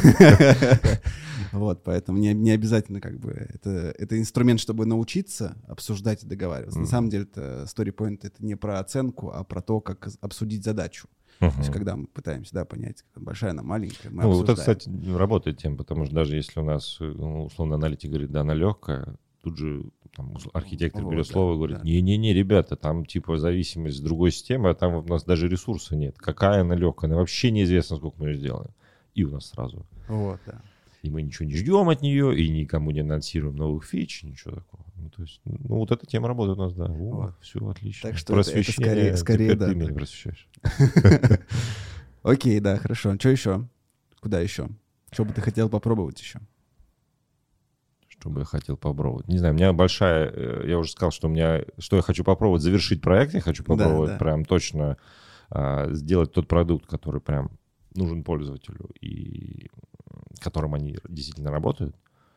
Вот, поэтому не обязательно как бы... Это инструмент, чтобы научиться обсуждать и договариваться. На самом деле это storypoint — это не про оценку, а про то, как обсудить задачу. То есть когда мы пытаемся понять, большая она, маленькая, мы обсуждаем. Вот это, кстати, работает тем, потому что даже если у нас, условно, аналитик говорит, да, она легкая, тут же там, архитектор берет слово и говорит, не-не-не, ребята, там типа зависимость с другой системы, а там у нас даже ресурса нет. Какая она легкая, она вообще неизвестно, сколько мы ее сделаем. И у нас сразу. Вот, да. И мы ничего не ждем от нее, и никому не анонсируем новых фич, ничего такого. То есть, вот эта тема работает у нас, да. Все отлично. Так что это скорее да. Ты меня просвещаешь. Окей, да, хорошо. Что еще? Куда еще? Что бы ты хотел попробовать еще? Что бы я хотел попробовать? Не знаю, у меня большая... Я уже сказал, что я хочу попробовать завершить проект. Я хочу попробовать прям точно сделать тот продукт, который прям нужен пользователю и которым они действительно работают.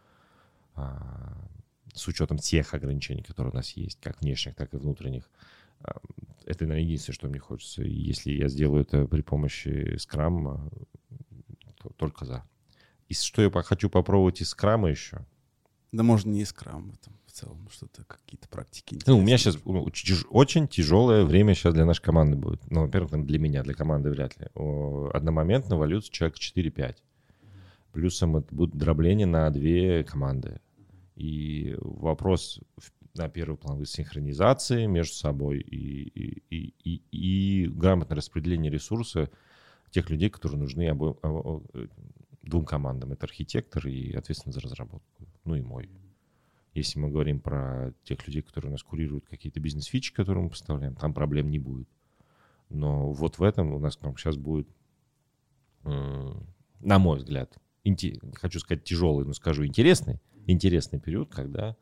С учетом тех ограничений, которые у нас есть, как внешних, так и внутренних. Это, наверное, единственное, что мне хочется. И если я сделаю это при помощи Scrum, то только за. И что я хочу попробовать из Scrum еще? Да можно не из Scrum, в целом что-то, какие-то практики. У меня сейчас очень тяжелое время сейчас для нашей команды будет. Ну, во-первых, для меня, для команды вряд ли. Одномоментно валются человек 4-5. Плюсом это будет дробление на 2 команды. И вопрос на первый план синхронизации между собой и грамотное распределение ресурса тех людей, которые нужны 2 командам. Это архитектор и ответственный за разработку. Ну и мой. Если мы говорим про тех людей, которые у нас курируют какие-то бизнес-фичи, которые мы поставляем, там проблем не будет. Но вот в этом у нас сейчас будет, на мой взгляд, хочу сказать тяжелый, но скажу интересный период, когда...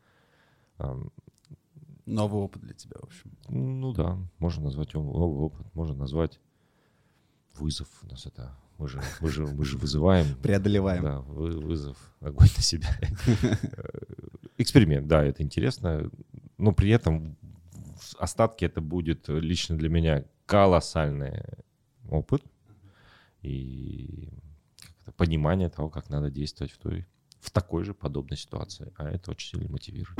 Новый опыт для тебя, в общем. Ну да, можно назвать его новый опыт, можно назвать вызов. У нас это... Мы же вызываем... Преодолеваем. Да, вызов, огонь на себя. Эксперимент, да, это интересно. Но при этом в остатке это будет лично для меня колоссальный опыт и понимание того, как надо действовать в такой же подобной ситуации. А это очень сильно мотивирует.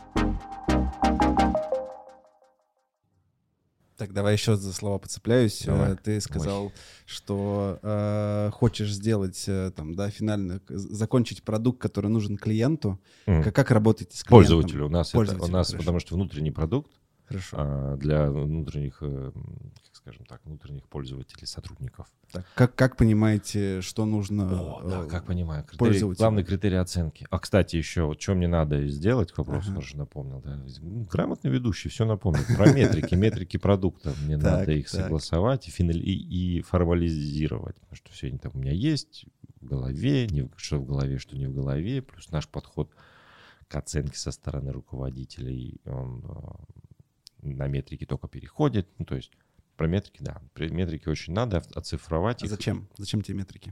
Так, давай еще за слова поцепляюсь. Давай. Ты сказал, что хочешь сделать, финально закончить продукт, который нужен клиенту. Как работаете с клиентом? Пользователю. У нас потому что внутренний продукт. Хорошо. Для внутренних, внутренних пользователей, сотрудников. Так, как понимаете, что нужно как понимаю. пользователю? Главный критерий оценки. Кстати, еще, что мне надо сделать, к вопросу, хорошо напомнил. Да? Грамотный ведущий, все напомнил. Про метрики продукта. Мне надо их согласовать и формализировать. Потому что все они там у меня есть в голове, что в голове, что не в голове. Плюс наш подход к оценке со стороны руководителей, он на метрики только переходит. То есть про метрики, да. Метрики очень надо оцифровать. Зачем? Зачем тебе метрики?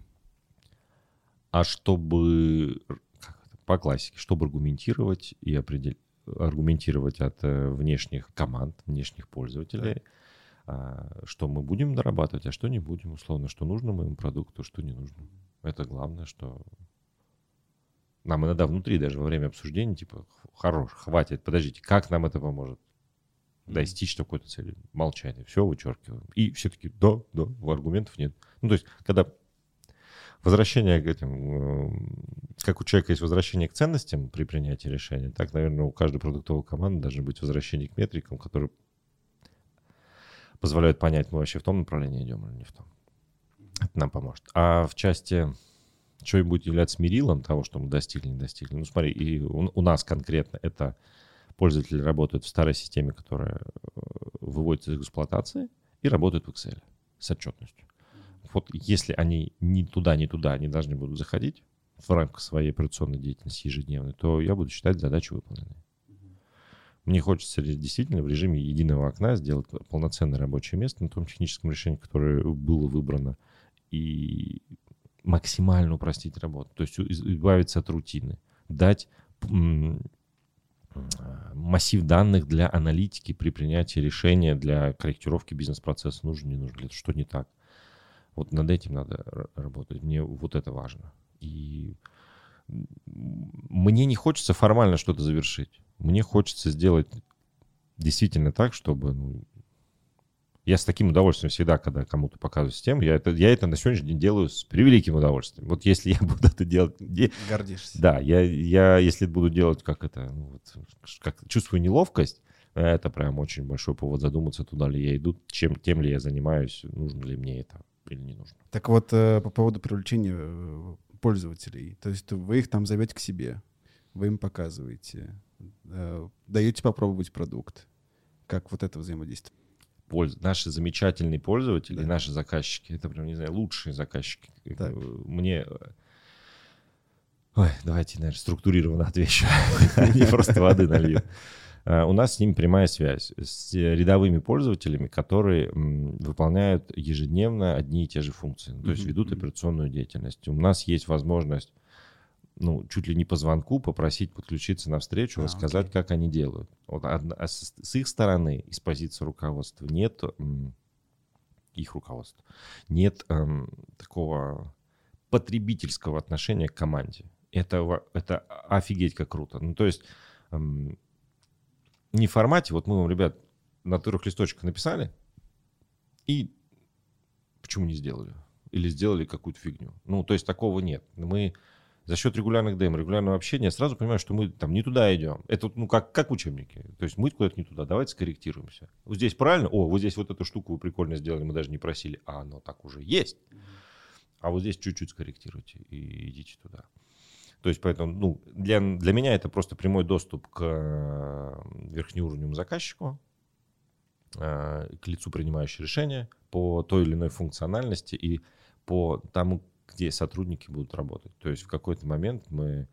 Чтобы, по классике, чтобы аргументировать и аргументировать от внешних команд, внешних пользователей, что мы будем дорабатывать, а что не будем, условно, что нужно моему продукту, что не нужно. Это главное, что нам иногда внутри, даже во время обсуждения, хватит, подождите, как нам это поможет достичь какой-то цели? Молчание, все вычеркиваем. И все таки да, аргументов нет. То есть, когда возвращение к этим, как у человека есть возвращение к ценностям при принятии решения, так, наверное, у каждой продуктовой команды должно быть возвращение к метрикам, которые позволяют понять, мы вообще в том направлении идем или не в том. Это нам поможет. А в части, что будет являться мерилом того, что мы достигли, не достигли. Смотри, и у нас конкретно это пользователи работают в старой системе, которая выводится из эксплуатации и работают в Excel с отчетностью. Вот если они ни туда, они должны будут заходить в рамках своей операционной деятельности ежедневной, то я буду считать задачи выполненной. Мне хочется действительно в режиме единого окна сделать полноценное рабочее место на том техническом решении, которое было выбрано, и максимально упростить работу. То есть избавиться от рутины, дать массив данных для аналитики при принятии решения, для корректировки бизнес-процесса нужен, не нужен, что не так. Вот над этим надо работать. Мне вот это важно. И мне не хочется формально что-то завершить. Мне хочется сделать действительно так, чтобы... я с таким удовольствием всегда, когда кому-то показываю систему, я это на сегодняшний день делаю с превеликим удовольствием. Вот если я буду это делать... Гордишься. Да, я если буду делать как чувствую неловкость, это прям очень большой повод задуматься, туда ли я иду, тем ли я занимаюсь, нужно ли мне это или не нужно. Так вот, по поводу привлечения пользователей. То есть вы их там зовете к себе, вы им показываете, даете попробовать продукт. Как вот это взаимодействие? Наши замечательные пользователи, Да. наши заказчики, это прям, не знаю, лучшие заказчики. Так. Мне... Ой, давайте, наверное, структурированно отвечу. Они просто воды нальют. У нас с ними прямая связь с рядовыми пользователями, которые выполняют ежедневно одни и те же функции, то есть ведут операционную деятельность. У нас есть возможность, чуть ли не по звонку попросить подключиться на встречу, рассказать, как они делают. Вот, с их стороны, из позиции руководства, нет такого потребительского отношения к команде. Это офигеть как круто. То есть не в формате, вот мы вам, ребят, на 3 листочках написали, и почему не сделали? Или сделали какую-то фигню. То есть такого нет. Мы за счет регулярных демо, регулярного общения сразу понимаем, что мы там не туда идем. Это как учебники. То есть мы куда-то не туда, давайте скорректируемся. Вот здесь правильно? Вот здесь вот эту штуку вы прикольно сделали, мы даже не просили, а оно так уже есть. А вот здесь чуть-чуть скорректируйте и идите туда. То есть поэтому для меня это просто прямой доступ к верхнеуровневому заказчику, к лицу, принимающему решения по той или иной функциональности и по тому, где сотрудники будут работать. То есть в какой-то момент мы...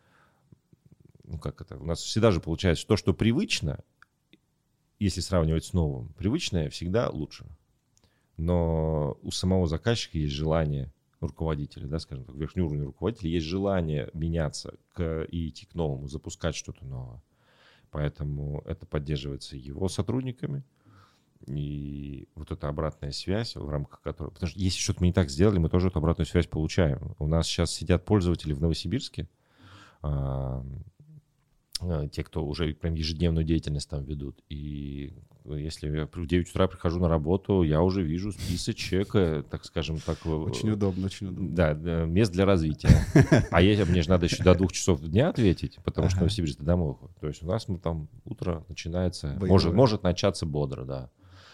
у нас всегда же получается то, что привычно, если сравнивать с новым, привычное всегда лучше. Но у самого заказчика есть желание... руководителя, да, скажем так, верхний уровень руководителя, есть желание меняться и идти к новому, запускать что-то новое. Поэтому это поддерживается его сотрудниками. И вот эта обратная связь, в рамках которой... Потому что если что-то мы не так сделали, мы тоже эту обратную связь получаем. У нас сейчас сидят пользователи в Новосибирске, те, кто уже прям ежедневную деятельность там ведут. И если я в 9 утра прихожу на работу, я уже вижу списочек, так скажем так... Очень удобно, очень удобно. Да, мест для развития. А мне же надо еще до 2 часов дня ответить, потому что Новосибирск домой уходит. То есть у нас там утро начинается... Может начаться бодро, да.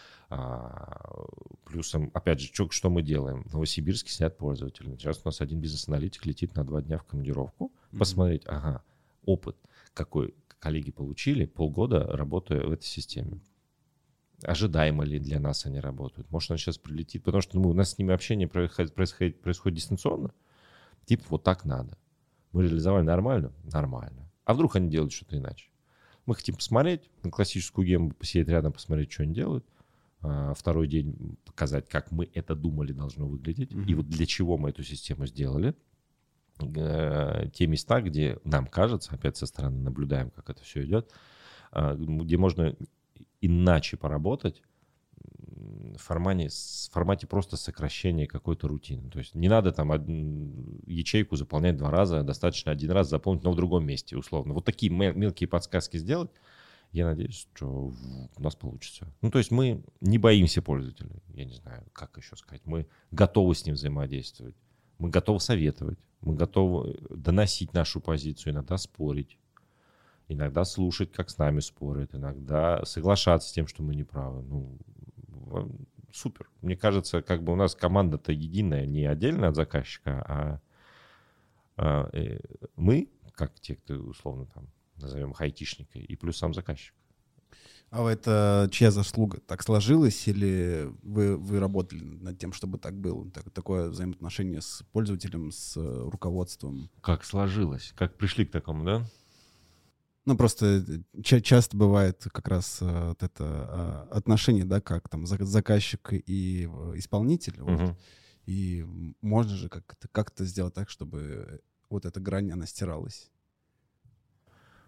Плюсом, опять же, что мы делаем? В Новосибирске сидят пользователи. Сейчас у нас один бизнес-аналитик летит на 2 дня в командировку, посмотреть, опыт, какой коллеги получили, полгода работая в этой системе. Ожидаемо ли для нас они работают? Может, он сейчас прилетит, потому что у нас с ними общение происходит дистанционно. Типа вот так надо. Мы реализовали нормально? Нормально. А вдруг они делают что-то иначе? Мы хотим посмотреть на классическую гему, посидеть рядом, посмотреть, что они делают. Второй день показать, как мы это думали должно выглядеть. И вот для чего мы эту систему сделали. Те места, где нам кажется, опять со стороны наблюдаем, как это все идет, где можно иначе поработать в формате просто сокращения какой-то рутины. То есть не надо там ячейку заполнять 2 раза, достаточно 1 раз заполнить, но в другом месте, условно. Вот такие мелкие подсказки сделать, я надеюсь, что у нас получится. То есть мы не боимся пользователя, я не знаю, как еще сказать. Мы готовы с ним взаимодействовать, мы готовы советовать, мы готовы доносить нашу позицию, иногда спорить. Иногда слушать, как с нами спорят, иногда соглашаться с тем, что мы не правы. Супер. Мне кажется, у нас команда-то единая, не отдельно от заказчика, а мы, как те, кто условно там назовем их айтишникой, и плюс сам заказчик. А это чья заслуга? Так сложилось или вы работали над тем, чтобы так было? Такое взаимоотношение с пользователем, с руководством? Как сложилось? Как пришли к такому, да? Просто часто бывает как раз это отношение, да, как там заказчик и исполнитель. Вот. И можно же как-то сделать так, чтобы вот эта грань, она стиралась.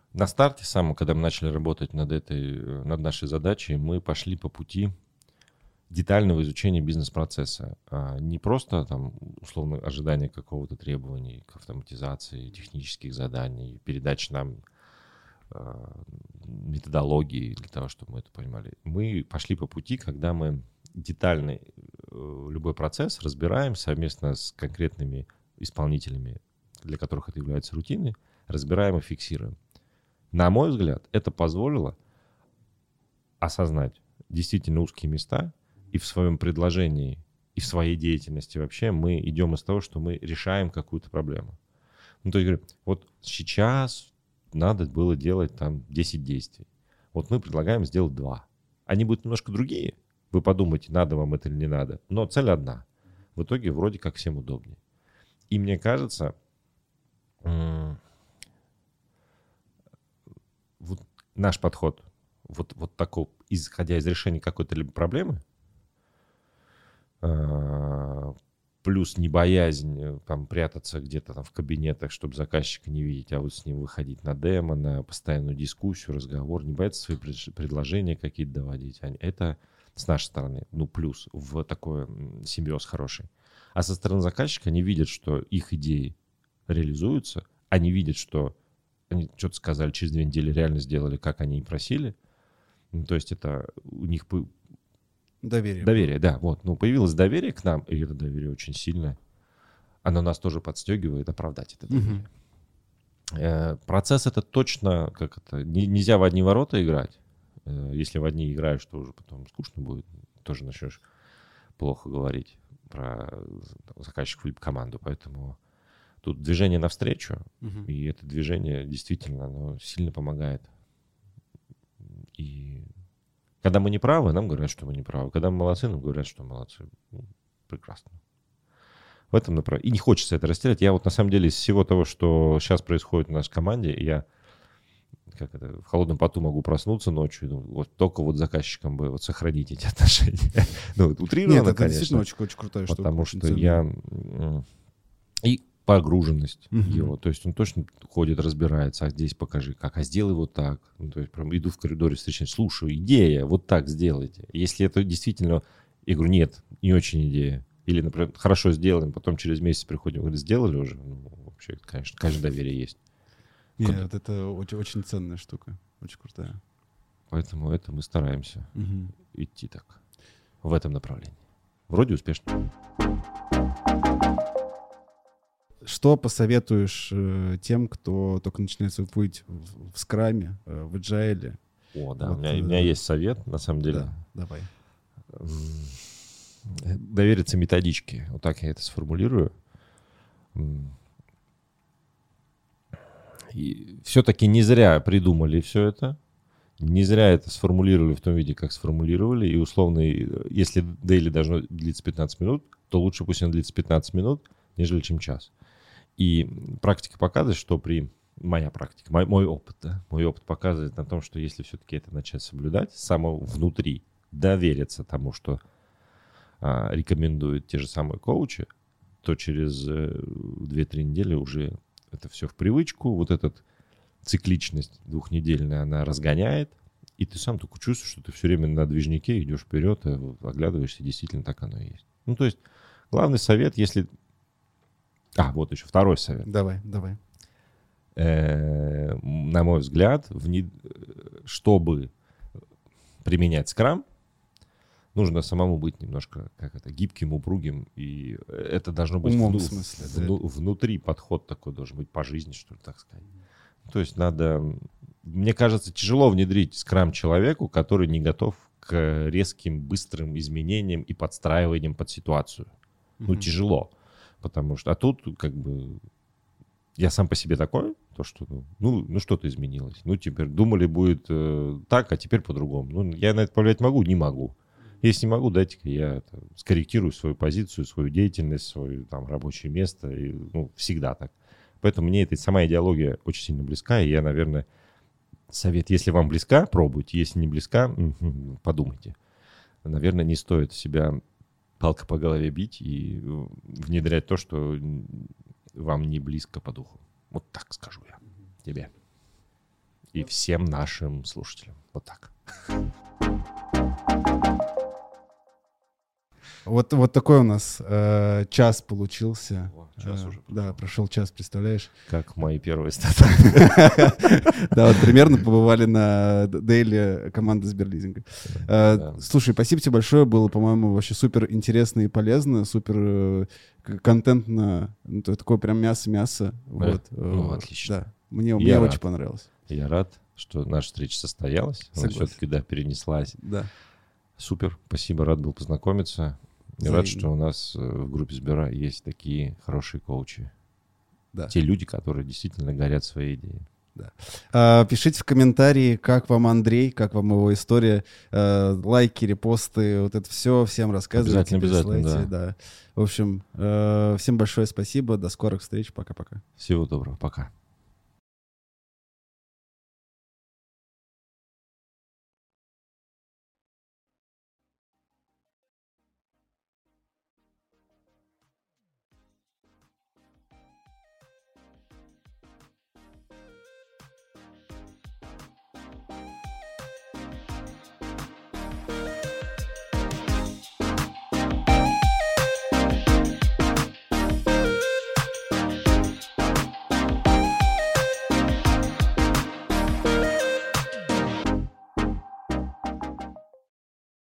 На старте самом, когда мы начали работать над нашей задачей, мы пошли по пути детального изучения бизнес-процесса. Не просто там условно ожидание какого-то требований к автоматизации, технических заданий, передачи нам методологии для того, чтобы мы это понимали. Мы пошли по пути, когда мы детально любой процесс разбираем совместно с конкретными исполнителями, для которых это является рутиной, разбираем и фиксируем. На мой взгляд, это позволило осознать действительно узкие места, и в своем предложении, и в своей деятельности вообще мы идем из того, что мы решаем какую-то проблему. Ну, то есть, говорю, вот сейчас надо было делать там 10 действий. Вот мы предлагаем сделать 2. Они будут немножко другие. Вы подумайте, надо вам это или не надо. Но цель одна. В итоге вроде как всем удобнее. И мне кажется, вот наш подход, вот такой, исходя из решения какой-то либо проблемы, плюс не боязнь там прятаться где-то там в кабинетах, чтобы заказчика не видеть, а вот с ним выходить на демо, на постоянную дискуссию, разговор, не бояться свои предложения какие-то доводить. Это с нашей стороны, ну, плюс в такой симбиоз хороший. А со стороны заказчика они видят, что их идеи реализуются, они видят, что они что-то сказали, через 2 недели реально сделали, как они и просили. Ну, то есть это у них... Доверие, да. Вот. Ну, появилось доверие к нам, и это доверие очень сильное. Оно нас тоже подстегивает оправдать это доверие. Процесс это точно, как это, нельзя в одни ворота играть. Если в одни играешь, то уже потом скучно будет. Тоже начнешь плохо говорить про заказчиков либо команду. Поэтому тут движение навстречу, и это движение действительно оно сильно помогает. И когда мы не правы, нам говорят, что мы не правы. Когда мы молодцы, нам говорят, что молодцы. Ну, прекрасно. В этом направлении. И не хочется это растерять. Я вот на самом деле из всего того, что сейчас происходит в нашей команде, я в холодном поту могу проснуться ночью и думать, вот только вот заказчикам бы вот сохранить эти отношения. Ну, утрированно, это конечно. действительно очень крутая штука. Потому что я... И погруженность его. То есть он точно ходит, разбирается, а здесь покажи как, а сделай вот так. Ну, то есть прям иду в коридоре, встречаюсь, слушаю, идея, вот так сделайте. Если это действительно... Я говорю, нет, не очень идея. Или, например, хорошо сделаем, потом через месяц приходим, говорит, сделали уже? Ну, вообще, конечно, доверие есть. Нет, это очень, очень ценная штука, очень крутая. Поэтому это мы стараемся идти так, в этом направлении. Вроде успешно. Что посоветуешь тем, кто только начинает свой путь в скраме, в agile? О, да, вот, у меня есть совет, на самом деле. Да, давай. Довериться методичке. Вот так я это сформулирую. И все-таки не зря придумали все это. Не зря это сформулировали в том виде, как сформулировали. И условно, если дейли должно длиться 15 минут, то лучше пусть оно длится 15 минут, нежели чем час. И практика показывает, что моя практика, мой опыт, да, мой опыт показывает на том, что если все-таки это начать соблюдать, само внутри довериться тому, что рекомендуют те же самые коучи, то через 2-3 недели уже это все в привычку, вот эта цикличность 2-недельная, она разгоняет, и ты сам только чувствуешь, что ты все время на движнике идешь вперед, оглядываешься, действительно так оно и есть. Ну, то есть главный совет, если... вот еще второй совет. Давай. На мой взгляд, чтобы применять скрам, нужно самому быть немножко гибким, упругим, и это должно быть внутри подход такой должен быть по жизни, что ли, так сказать. То есть мне кажется, тяжело внедрить скрам человеку, который не готов к резким, быстрым изменениям и подстраиваниям под ситуацию. Ну, тяжело, потому что, а тут я сам по себе такой, то что, что-то изменилось. Ну, теперь думали будет так, а теперь по-другому. Ну, я на это повлиять могу? Не могу. Если не могу, дайте-ка я скорректирую свою позицию, свою деятельность, свое рабочее место. И, всегда так. Поэтому мне эта сама идеология очень сильно близка. И я, наверное, совет, если вам близка, пробуйте. Если не близка, подумайте. Наверное, не стоит себя палкой по голове бить и внедрять то, что вам не близко по духу. Вот так скажу я тебе. и всем нашим слушателям. Вот так. Вот такой у нас час получился. Час уже. Да, прошел час, представляешь? Как мои первые стартапы. Да, вот примерно побывали на дейли команды Сберлизинга. Слушай, спасибо тебе большое. Было, по-моему, вообще супер интересно и полезно, супер контентно. Такое прям мясо-мясо. Ну, отлично. Да, мне очень понравилось. Я рад, что наша встреча состоялась. Она все-таки, перенеслась. Да. Супер, спасибо, рад был познакомиться. И рад, что у нас в группе Сбера есть такие хорошие коучи. Да. Те люди, которые действительно горят своей идеей. Да. Пишите в комментарии, как вам Андрей, как вам его история. Лайки, репосты, вот это все. Всем рассказывайте. Обязательно, да. В общем, всем большое спасибо. До скорых встреч. Пока-пока. Всего доброго. Пока.